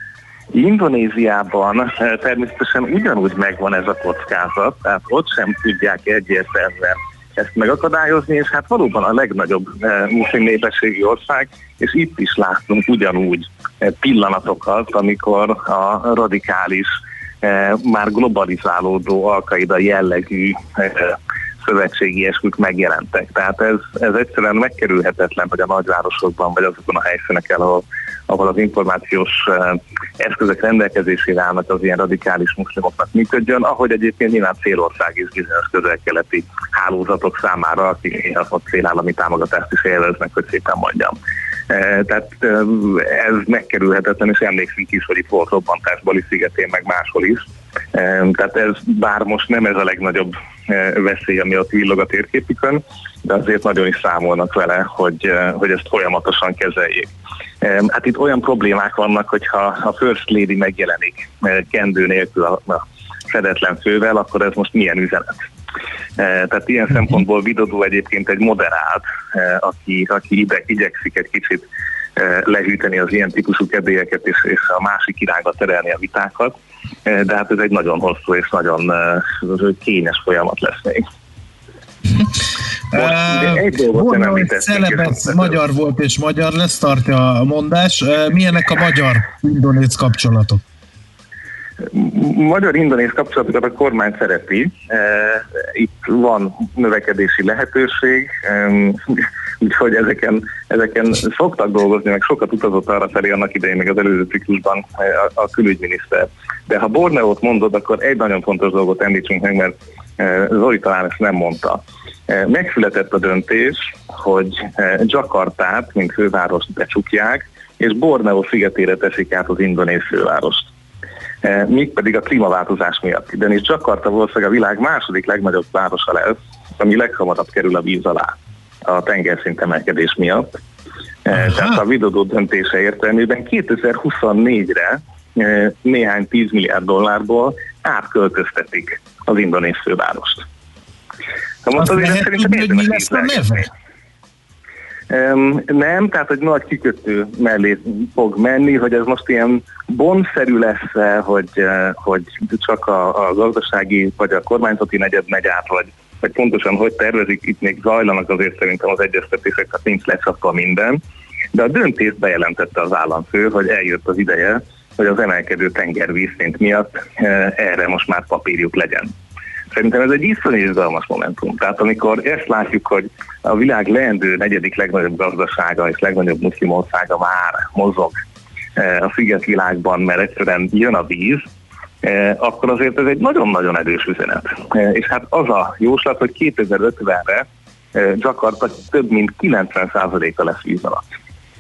Indonéziában természetesen ugyanúgy megvan ez a kockázat, tehát ott sem tudják egyértelműen ezt megakadályozni, és hát valóban a legnagyobb muszlim népességi ország, és itt is látunk ugyanúgy pillanatokat, amikor a radikális, már globalizálódó Al-Qaida jellegű szövetségi eskük megjelentek. Tehát ez, ez egyszerűen megkerülhetetlen, hogy a nagyvárosokban vagy azokon a helyszíneken, ahol, ahol az információs eszközök rendelkezésére állnak, az ilyen radikális muszlimoknak működjön, ahogy egyébként nyilván célország is bizonyos közel-keleti hálózatok számára, akik néha ott célállami támogatást is élveznek, hogy szépen mondjam. Tehát ez megkerülhetetlen, és emlékszünk is, hogy itt volt robbantás Bali szigetén, meg máshol is. Tehát ez bár most nem ez a legnagyobb veszély, ami ott villog a térképükön, de azért nagyon is számolnak vele, hogy, hogy ezt folyamatosan kezeljék. Hát itt olyan problémák vannak, hogyha a First Lady megjelenik kendő nélkül a fedetlen fővel, akkor ez most milyen üzenet? Tehát ilyen szempontból Widodo egyébként egy moderált, aki, aki ide igyekszik egy kicsit lehűteni az ilyen típusú kedélyeket és, és a másik irányba terelni a vitákat, de hát ez egy nagyon hosszú és nagyon kényes folyamat lesz még. Volna, Celebesz magyar volt és magyar lesz, tartja a mondás. Milyenek a magyar-indonéz kapcsolatok? Magyar-indonéz kapcsolatokat a kormány szereti. Itt van növekedési lehetőség, úgyhogy ezeken, ezeken szoktak dolgozni, meg sokat utazott arra felé annak idején, meg az előző ciklusban a, a külügyminiszter. De ha Borneót mondod, akkor egy nagyon fontos dolgot említsünk meg, mert Zoli talán ezt nem mondta. Megszületett a döntés, hogy Jakartát, mint fővárost becsukják, és Borneo szigetére teszik át az indonéz fővárost. Mégpedig a klímaváltozás miatt. Ugyanis Jakarta valószínűleg a világ második legnagyobb városa lesz, ami leghamarabb kerül a víz alá a tengerszint emelkedés miatt. Aha. Tehát a Widodo döntése értelmében kétezer-huszonnégyre néhány tíz milliárd dollárból átköltöztetik az indonéz fővárost. Na most azért lehet tudni, hogy mi lesz a neve? Um, nem, tehát hogy nagy kikötő mellé fog menni, hogy ez most ilyen bonszerű lesz, hogy, hogy csak a, a gazdasági vagy a kormányzati negyed megy át, vagy, vagy pontosan hogy tervezik, itt még zajlanak azért szerintem az egyeztetések, tehát nincs lecsapva minden, de a döntést bejelentette az államfő, hogy eljött az ideje, hogy az emelkedő tengervízszint miatt erre most már papírjuk legyen. Szerintem ez egy iszonyú izgalmas momentum. Tehát amikor ezt látjuk, hogy a világ leendő negyedik legnagyobb gazdasága és legnagyobb muszlim országa már mozog a szigetvilágban, mert egyszerűen jön a víz, akkor azért ez egy nagyon-nagyon erős üzenet. És hát az a jóslat, hogy kétezer-ötvenre Jakarta több mint kilencven százaléka lesz víz alatt.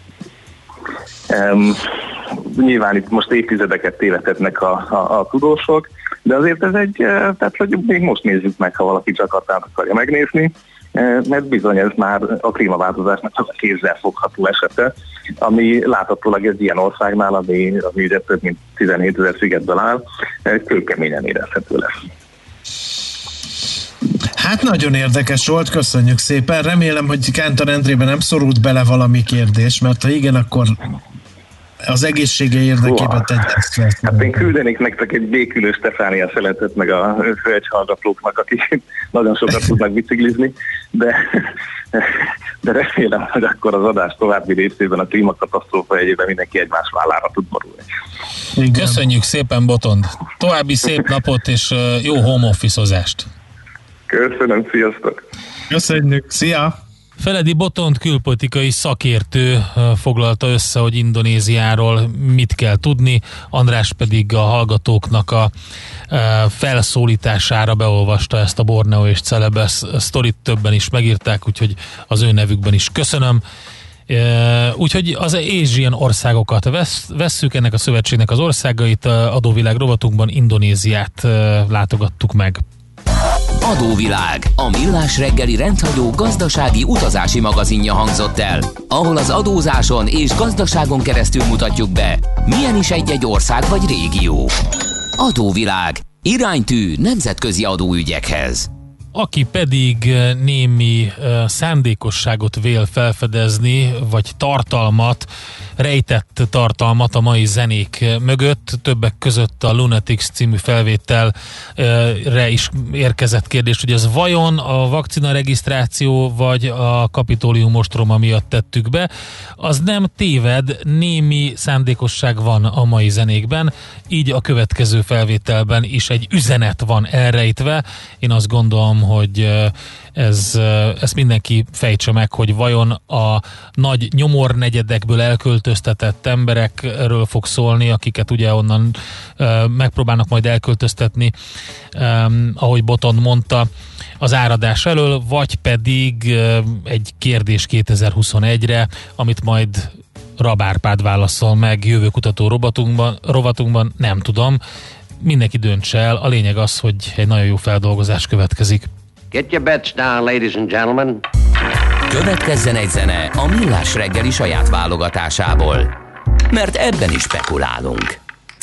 Um, nyilván itt most évtizedeket tévedhetnek a, a, a tudósok, de azért ez egy, tehát hogy még most nézzük meg, ha valaki Jakartát akarja megnézni, mert bizony ez már a klímaváltozásnak csak a kézzel fogható esete, ami láthatólag egy ilyen országnál, ami, ami ugye több mint tizenhétezer szigetből áll, kőkeményen érezhető lesz. Hát nagyon érdekes volt, köszönjük szépen. Remélem, hogy Kántor Endrébe nem szorult bele valami kérdés, mert ha igen, akkor az egészsége érdekében tegy ezt lesz. Hát én küldenék nektek egy békülő Stefánia szeletet, meg a hölgyhallgatóknak, akik nagyon sokat tudnak biciklizni, de, de remélem, hogy akkor az adás további részében a klímakatasztrófa egyében mindenki egymás vállára tud borulni. Igen. Köszönjük szépen, Botond! További szép napot és jó home office-ozást! Köszönöm, sziasztok! Köszönjük, szia! Feledi Botond külpolitikai szakértő foglalta össze, hogy Indonéziáról mit kell tudni, András pedig a hallgatóknak a felszólítására beolvasta ezt a Borneo és Celebes sztorit, többen is megírták, úgyhogy az ő nevükben is köszönöm. Úgyhogy az Asian országokat vesz, vesszük, ennek a szövetségnek az országait, adóvilág rovatunkban Indonéziát látogattuk meg. Adóvilág, a millás reggeli rendhagyó gazdasági utazási magazinja hangzott el, ahol az adózáson és gazdaságon keresztül mutatjuk be, milyen is egy-egy ország vagy régió. Adóvilág, iránytű nemzetközi adóügyekhez. Aki pedig némi szándékosságot vél felfedezni, vagy tartalmat, rejtett tartalmat a mai zenék mögött, többek között a Lunatics című felvételre is érkezett kérdés, hogy ez vajon a vakcina regisztráció, vagy a Kapitólium ostroma miatt tettük be, az nem téved, némi szándékosság van a mai zenékben, így a következő felvételben is egy üzenet van elrejtve. Én azt gondolom, hogy ez, ezt mindenki fejtse meg, hogy vajon a nagy nyomornegyedekből elköltöztetett emberekről fog szólni, akiket ugye onnan uh, megpróbálnak majd elköltöztetni, um, ahogy Botond mondta, az áradás elől, vagy pedig uh, egy kérdés kétezer-huszonegyre, amit majd Rab Árpád válaszol meg jövőkutató rovatunkban, rovatunkban, nem tudom, mindenki döntse el, a lényeg az, hogy egy nagyon jó feldolgozás következik. Get your bets down, ladies and gentlemen. Következzen egy zene a Millás reggeli saját válogatásából, mert ebben is spekulálunk.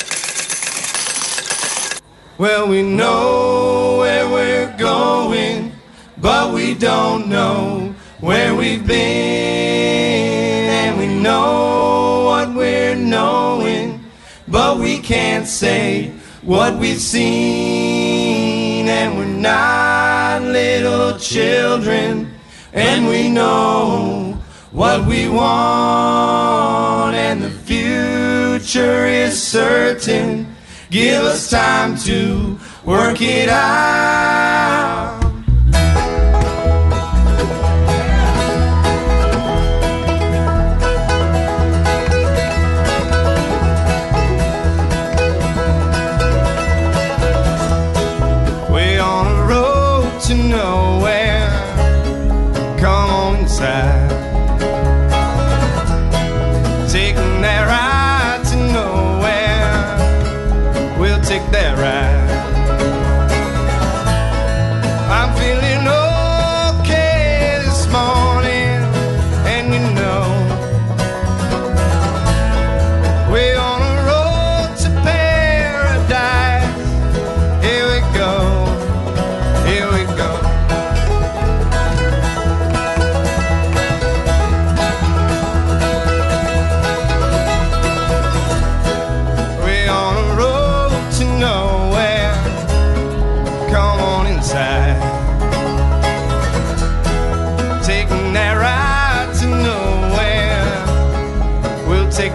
Well, we know where we're going, but we don't know where we've been, and we know what we're knowing, but we can't say what we've seen, and we're not little children, and we know what we want, and the future is certain. Give us time to work it out. To nowhere, come on inside. Take a nap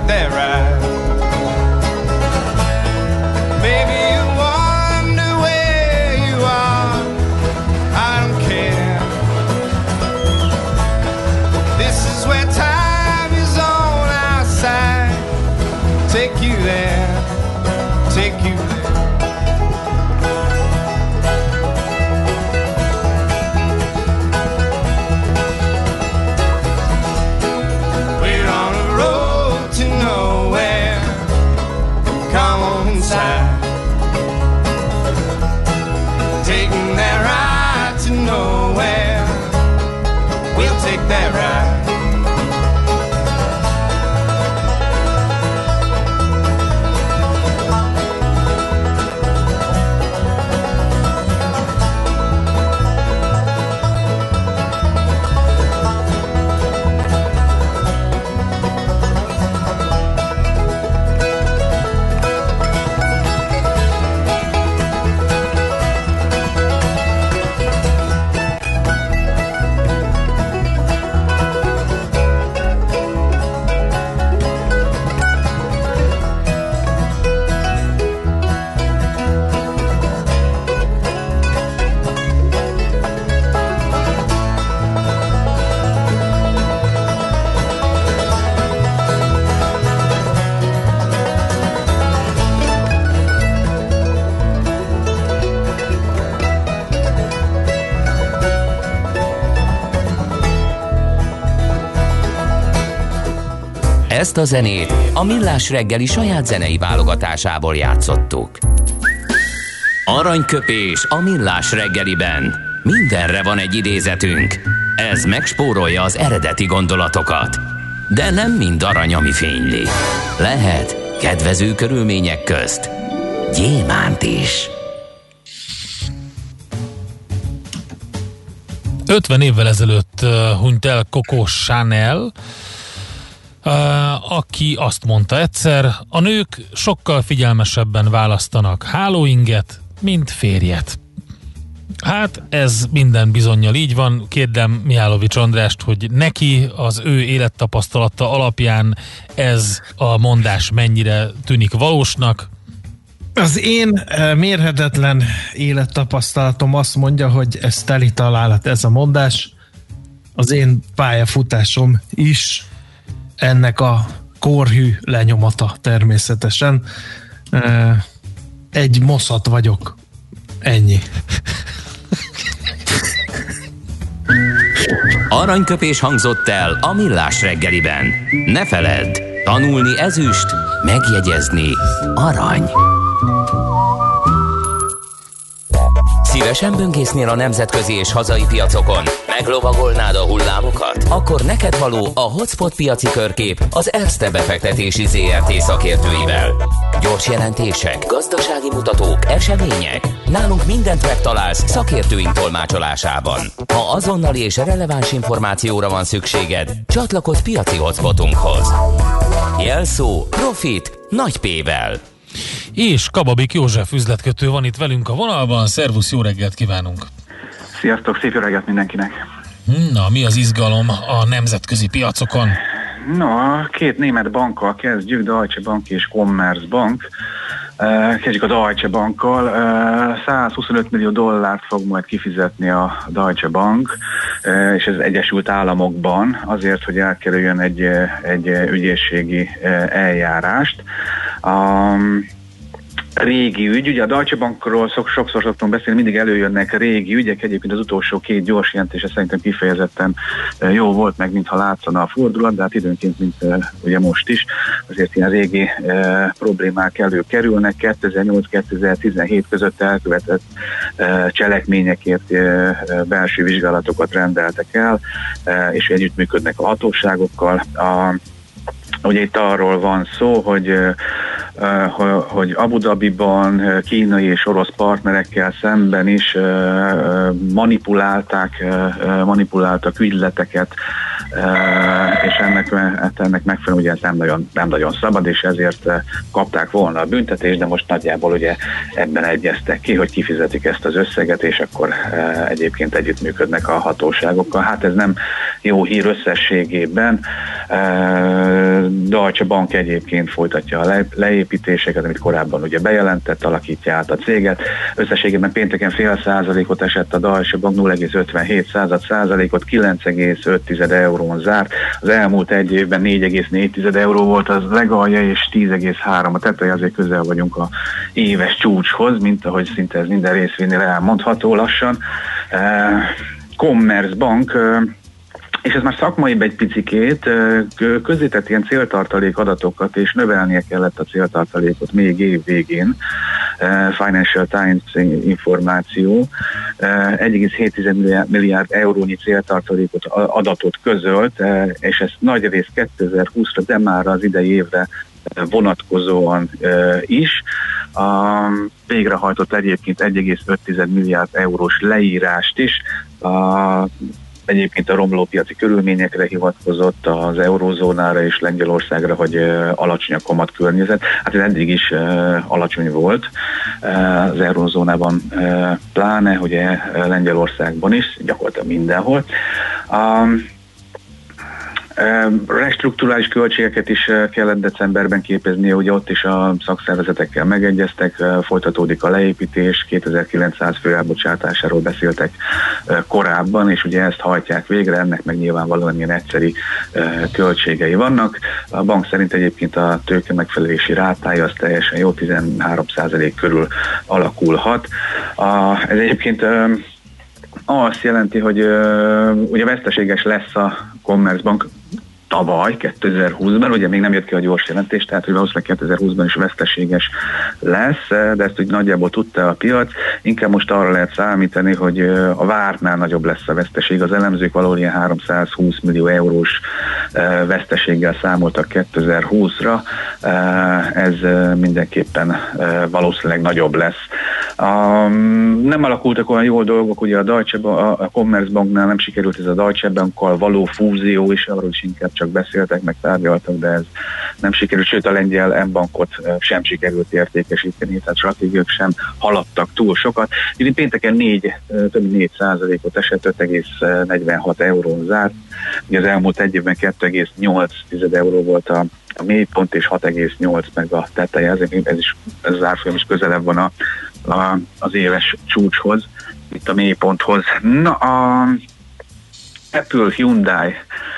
that ride. Maybe you wonder where you are. I don't care. This is where time is on our side. Take you there, take you there. We're on a road to nowhere. Come on inside. Taking that ride to nowhere. We'll take that ride. Ezt a zenét a Millás reggeli saját zenei válogatásából játszottuk. Aranyköpés a Millás reggeliben. Mindenre van egy idézetünk. Ez megspórolja az eredeti gondolatokat. De nem mind arany, ami fényli. Lehet kedvező körülmények közt gyémánt is. ötven évvel ezelőtt uh, hunyt el Coco Chanel, Uh, aki azt mondta egyszer, a nők sokkal figyelmesebben választanak hálóinget, mint férjet. Hát ez minden bizonnyal így van. Kérdem Mihálovics Andrást, hogy neki az ő élettapasztalata alapján ez a mondás mennyire tűnik valósnak. Az én mérhetetlen élettapasztalatom azt mondja, hogy ez teli találat, ez a mondás. Az én pályafutásom is ennek a korhű lenyomata természetesen. Egy moszat vagyok. Ennyi. Aranyköpés hangzott el a Millás reggeliben. Ne feledd, tanulni ezüst, megjegyezni arany. Szívesen böngésznél a nemzetközi és hazai piacokon? Meglovagolnád a hullámokat? Akkor neked való a Hotspot piaci körkép az Erste befektetési zé er té szakértőivel. Gyors jelentések, gazdasági mutatók, események. Nálunk mindent megtalálsz szakértőink tolmácsolásában. Ha azonnali és releváns információra van szükséged, csatlakozz piaci hotspotunkhoz. Jelszó Profit nagy P-vel. És Kababik József üzletkötő van itt velünk a vonalban. Szervusz, jó reggelt kívánunk! Sziasztok, szép jó reggelt mindenkinek! Na, mi az izgalom a nemzetközi piacokon? Na, két német bankkal kezdjük, Deutsche Bank és Commerzbank. Kezdjük a Deutsche Bankkal. százhuszonöt millió dollárt fog majd kifizetni a Deutsche Bank, és ez Egyesült Államokban azért, hogy elkerüljön egy, egy ügyészségi eljárást. Um, régi ügy, ugye a Deutsche Bankról szok, sokszor szoktunk beszélni, mindig előjönnek régi ügyek, egyébként az utolsó két gyors jelentése szerintem kifejezetten jó volt, meg mintha látszana a fordulat, de hát időnként, mint ugye most is, azért ilyen régi e, problémák előkerülnek. kétezer-nyolc-kétezer-tizenhét között elkövetett e, cselekményekért e, belső vizsgálatokat rendeltek el, e, és együttműködnek a hatóságokkal. A Ugye itt arról van szó, hogy, hogy Abu Dhabiban kínai és orosz partnerekkel szemben is manipulálták, manipuláltak ügyleteket, és ennek, ennek megfelelően ugye ez nem nagyon, nem nagyon szabad, és ezért kapták volna a büntetést, de most nagyjából ugye ebben egyeztek ki, hogy kifizetik ezt az összeget, és akkor egyébként együttműködnek a hatóságokkal. Hát ez nem jó hír összességében. Deutsche Bank egyébként folytatja a le, leépítéseket, amit korábban ugye bejelentett, alakítja át a céget. Összességében pénteken fél százalékot esett a Deutsche Bank, nulla egész ötvenhét százalékot, kilenc egész öt eurón zárt. Az elmúlt egy évben négy egész négy euró volt az legalja, és tíz egész három a teteje, azért közel vagyunk a éves csúcshoz, mint ahogy szinte ez minden részvénynél elmondható lassan. Commerzbank, és ez már szakmaibb egy picikét, közzétett ilyen céltartalék adatokat, és növelnie kellett a céltartalékot még év végén. Financial Times információ egy egész hét milliárd eurónyi céltartalékot, adatot közölt, és ez nagy rész kétezer-húszra, de már az idei évre vonatkozóan is. A végrehajtott egyébként egy egész öt milliárd eurós leírást is. A Egyébként a romló piaci körülményekre hivatkozott, az eurózónára és Lengyelországra, hogy alacsony a kamat környezet. Hát ez eddig is alacsony volt az eurózónában pláne, ugye Lengyelországban is, gyakorlatilag mindenhol. A restrukturális költségeket is kellett decemberben képeznie, ugye ott is a szakszervezetekkel megegyeztek, folytatódik a leépítés, kétezer-kilencszáz fő elbocsátásáról beszéltek korábban, és ugye ezt hajtják végre, ennek meg nyilvánvalóan ilyen egyszeri költségei vannak. A bank szerint egyébként a tőke megfelelési rátája az teljesen jó, tizenhárom százalék körül alakulhat. Ez egyébként azt jelenti, hogy ugye veszteséges lesz a Commerzbank tavaly, kétezer-húszban, ugye még nem jött ki a gyors jelentés, tehát hogy valószínűleg kétezer-húszban is veszteséges lesz, de ezt úgy nagyjából tudta a piac. Inkább most arra lehet számítani, hogy a vártnál nagyobb lesz a veszteség. Az elemzők valahol ilyen háromszázhúsz millió eurós veszteséggel számoltak kétezer-húszra. Ez mindenképpen valószínűleg nagyobb lesz. Nem alakultak olyan jól dolgok, ugye a Deutsche Bank, a Commerzbanknál nem sikerült ez a Deutsche Bankkal való fúzió is, arról is inkább csak beszéltek, meg tárgyaltak, de ez nem sikerült, sőt a lengyel M-bankot sem sikerült értékesíteni, tehát stratégiák sem haladtak túl sokat. Így pénteken négy, több mint négy százalékot esett, öt egész negyvenhat eurón zárt. Ugye az elmúlt egy évben kettő egész nyolc euró volt a, a mélypont, és hat egész nyolc meg a teteje, ez, ez, is, ez az árfolyam is közelebb van a, a, az éves csúcshoz, itt a mélyponthoz. Na, a Apple, Hyundai.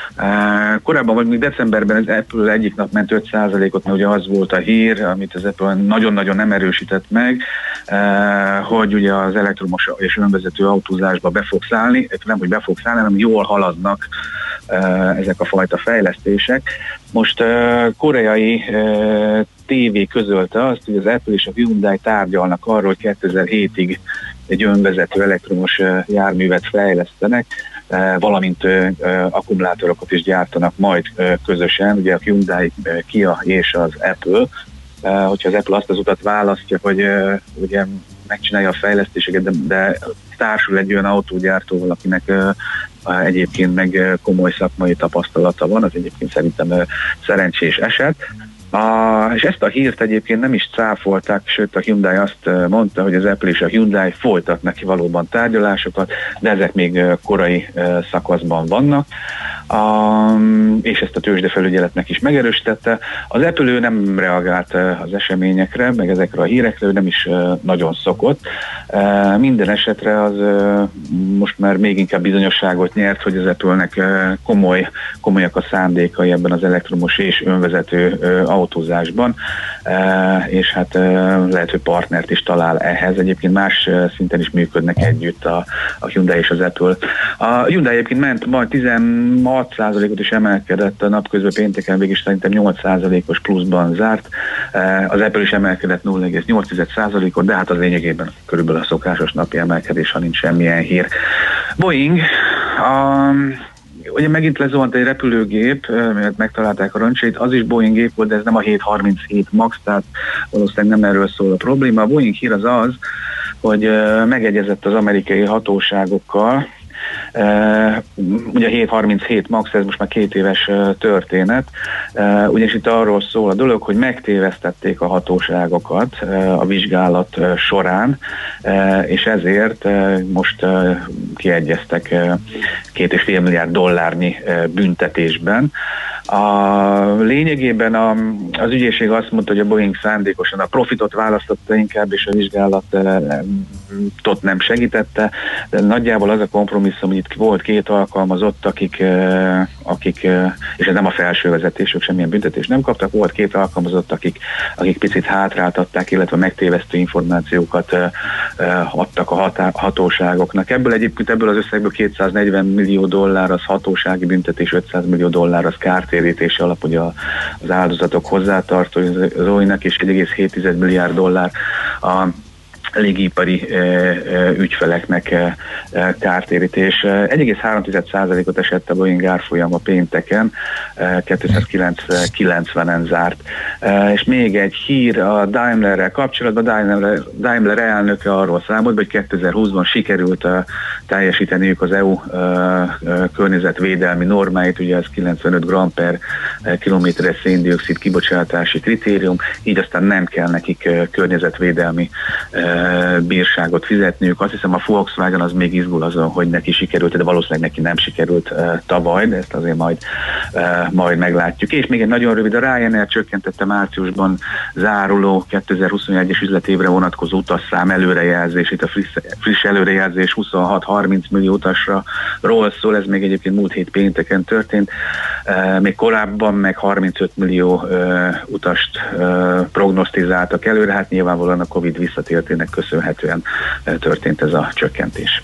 Uh, korábban, vagy még decemberben az Apple egyik nap ment öt százalékot, mert ugye az volt a hír, amit az Apple nagyon-nagyon nem erősített meg, uh, hogy ugye az elektromos és önvezető autózásba be fog szállni, nem, hogy be fog szállni, hanem jól haladnak uh, ezek a fajta fejlesztések. Most uh, koreai uh, té vé közölte azt, hogy az Apple és a Hyundai tárgyalnak arról, hogy kétezer-hétig egy önvezető elektromos uh, járművet fejlesztenek, valamint uh, akkumulátorokat is gyártanak majd uh, közösen, ugye a Hyundai, uh, Kia és az Apple. Uh, hogyha az Apple azt az utat választja, hogy uh, ugye megcsinálja a fejlesztéseket, de, de társul egy olyan autógyártóval, akinek uh, uh, egyébként meg uh, komoly szakmai tapasztalata van, az egyébként szerintem uh, szerencsés eset. A, és ezt a hírt egyébként nem is cáfolták, sőt a Hyundai azt mondta, hogy az Apple és a Hyundai folytatnak ki valóban tárgyalásokat, de ezek még korai szakaszban vannak, a, és ezt a tőzsdefelügyeletnek is megerősítette. Az Apple ő nem reagált az eseményekre, meg ezekre a hírekre, ő nem is nagyon szokott. Minden esetre az most már még inkább bizonyosságot nyert, hogy az Apple-nek komoly, komolyak a szándékai ebben az elektromos és önvezető autózásban, és hát lehet, hogy partnert is talál ehhez. Egyébként más szinten is működnek együtt a, a Hyundai és az Apple. A Hyundai egyébként ment majd tizenhat százalékot is emelkedett a napközben, pénteken végig szerintem nyolc százalékos pluszban zárt. Az Apple is emelkedett nulla egész nyolc százalékot, de hát az lényegében körülbelül a szokásos napi emelkedés, ha nincs semmilyen hír. Boeing, a ugye megint lezuhant egy repülőgép, mert megtalálták a roncsait, az is Boeing gép volt, de ez nem a hét harminchét MAX, tehát valószínűleg nem erről szól a probléma. A Boeing hír az az, hogy megegyezett az amerikai hatóságokkal, Ugye hét harminchét max, ez most már két éves történet, ugyanis itt arról szól a dolog, hogy megtévesztették a hatóságokat a vizsgálat során, és ezért most kiegyeztek két és fél milliárd dollárnyi büntetésben. A lényegében a, az ügyészség azt mondta, hogy a Boeing szándékosan a profitot választotta inkább, és a vizsgálatot nem segítette, de nagyjából az a kompromisszum, hogy itt volt két alkalmazott, akik, akik és ez nem a felső vezetés, ők semmilyen büntetést nem kaptak, volt két alkalmazott, akik, akik picit hátráltatták, illetve megtévesztő információkat adtak a hatá, hatóságoknak. Ebből egyébként ebből az összegből kétszáznegyven millió dollár az hatósági büntetés, ötszáz millió dollár az kártérítési alap, ugye az áldozatok hozzátartozóinak, és egy egész hét milliárd dollár a légipari e, e, ügyfeleknek e, e, kártérítés. egy egész három százalékot esett a Boeing árfolyama pénteken, e, kétszázkilencvenen zárt. E, és még egy hír a Daimlerrel kapcsolatban. Daimler, Daimler elnöke arról számolt, hogy kétezer-húszban sikerült e, teljesíteniük az é u e, e, környezetvédelmi normáit, ugye ez kilencvenöt gram per kilométeres széndioxid kibocsátási kritérium, így aztán nem kell nekik e, környezetvédelmi e, bírságot fizetniük. Azt hiszem a Volkswagen az még izgul azon, hogy neki sikerült, de valószínűleg neki nem sikerült uh, tavaly, de ezt azért majd, uh, majd meglátjuk. És még egy nagyon rövid, a Ryanair csökkentette márciusban záruló kétezer-huszonegyes üzletévre vonatkozó utasszám előrejelzés, itt a friss, friss előrejelzés huszonhat harminc millió utasra ról szól, ez még egyébként múlt hét pénteken történt, uh, még korábban meg harmincöt millió uh, utast uh, prognosztizáltak előre, hát nyilvánvalóan a Covid visszatértének köszönhetően történt ez a csökkentés.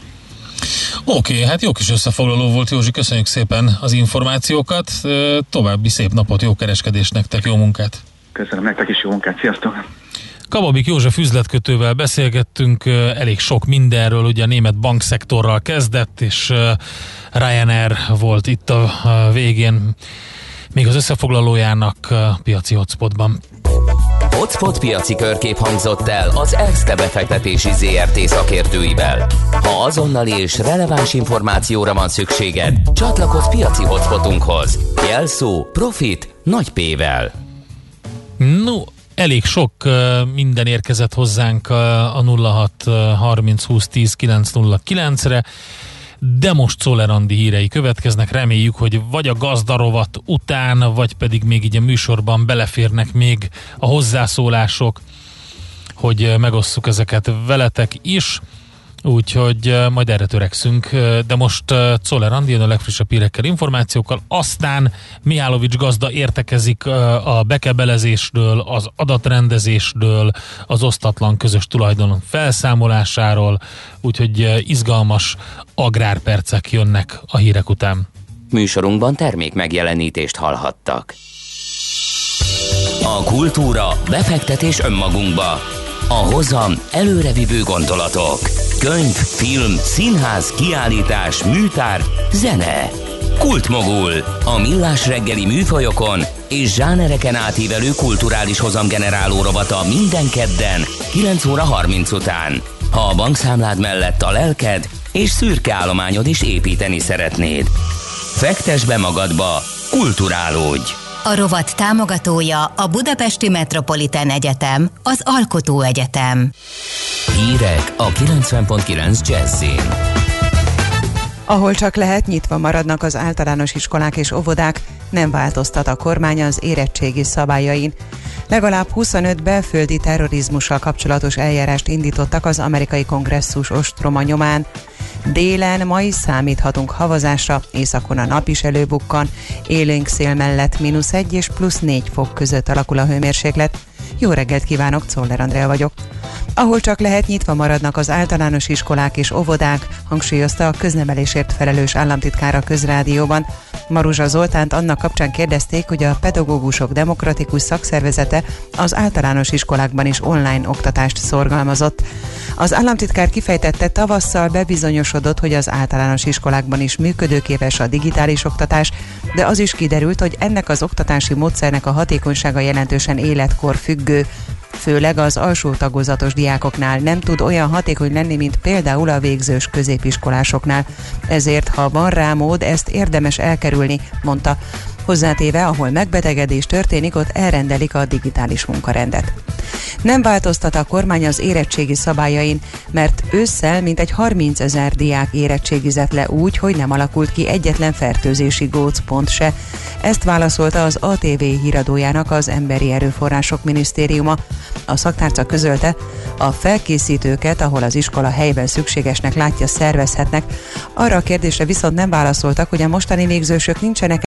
Oké, okay, hát jó kis összefoglaló volt, Józsi, köszönjük szépen az információkat, további szép napot, jó kereskedést nektek, jó munkát! Köszönöm nektek is, jó munkát, sziasztok! Kababik József üzletkötővel beszélgettünk, elég sok mindenről, ugye a német bankszektorral kezdett, és Ryanair volt itt a végén, még az összefoglalójának piaci hotspotban. Hotspot piaci körkép hangzott el az Erste befektetési zé er té szakértőivel. Ha azonnali és releváns információra van szükséged, csatlakozz piaci hotspotunkhoz. Jelszó Profit nagy P-vel. No, elég sok uh, minden érkezett hozzánk uh, a nulla hat harminc húsz tíz kilenc nulla kilencre, de most Czoller Andi hírei következnek, reméljük, hogy vagy a gazdarovat után, vagy pedig még így a műsorban beleférnek még a hozzászólások, hogy megosszuk ezeket veletek is, úgyhogy majd erre törekszünk, de most Czoller Andi jön a legfrissebb hírekkel, információkkal, aztán Mihálovics gazda értekezik a bekebelezésről, az adatrendezésről, az osztatlan közös tulajdon felszámolásáról, úgyhogy izgalmas agrárpercek jönnek a hírek után. Műsorunkban termék megjelenítést hallhattak. A kultúra, befektetés önmagunkba. A hozam előrevívő gondolatok. Könyv, film, színház, kiállítás, műtárgy, zene. Kultmogul. A millás reggeli műfajokon és zsánereken átívelő kulturális hozamgeneráló rovata minden kedden kilenc óra harminc után. Ha a bankszámlád mellett a lelked és szürke állományod is építeni szeretnéd. Fektess be magadba, kulturálódj! A rovat támogatója a Budapesti Metropolitán Egyetem, az Alkotó Egyetem. Hírek a kilencven pont kilenc Jazzin. Ahol csak lehet, nyitva maradnak az általános iskolák és óvodák, nem változtat a kormány az érettségi szabályain. Legalább huszonöt belföldi terrorizmussal kapcsolatos eljárást indítottak az amerikai kongresszus ostroma nyomán. Délen ma is számíthatunk havazásra, északon a nap is előbukkan, élénk szél mellett mínusz egy és plusz négy fok között alakul a hőmérséklet. Jó reggelt kívánok, Czoller Andrea vagyok. Ahol csak lehet, nyitva maradnak az általános iskolák és óvodák, hangsúlyozta a köznevelésért felelős államtitkár a Közrádióban. Maruzsa Zoltánt annak kapcsán kérdezték, hogy a Pedagógusok Demokratikus Szakszervezete az általános iskolákban is online oktatást szorgalmazott. Az államtitkár kifejtette, tavasszal bebizonyosodott, hogy az általános iskolákban is működőképes a digitális oktatás, de az is kiderült, hogy ennek az oktatási módszernek a hatékonysága jelentősen életkor függő. főleg az alsó tagozatos diákoknál nem tud olyan hatékony lenni, mint például a végzős középiskolásoknál. Ezért, ha van rá mód, ezt érdemes elkerülni, mondta. Hozzátéve, ahol megbetegedés történik, ott elrendelik a digitális munkarendet. Nem változtat a kormány az érettségi szabályain, mert ősszel mintegy harmincezer diák érettségizett le úgy, hogy nem alakult ki egyetlen fertőzési gócpont se. Ezt válaszolta az á té vé híradójának az Emberi Erőforrások Minisztériuma. A szaktárca közölte, a felkészítőket, ahol az iskola helyben szükségesnek látja, szervezhetnek. Arra a kérdésre viszont nem válaszoltak, hogy a mostani végzősök nincsenek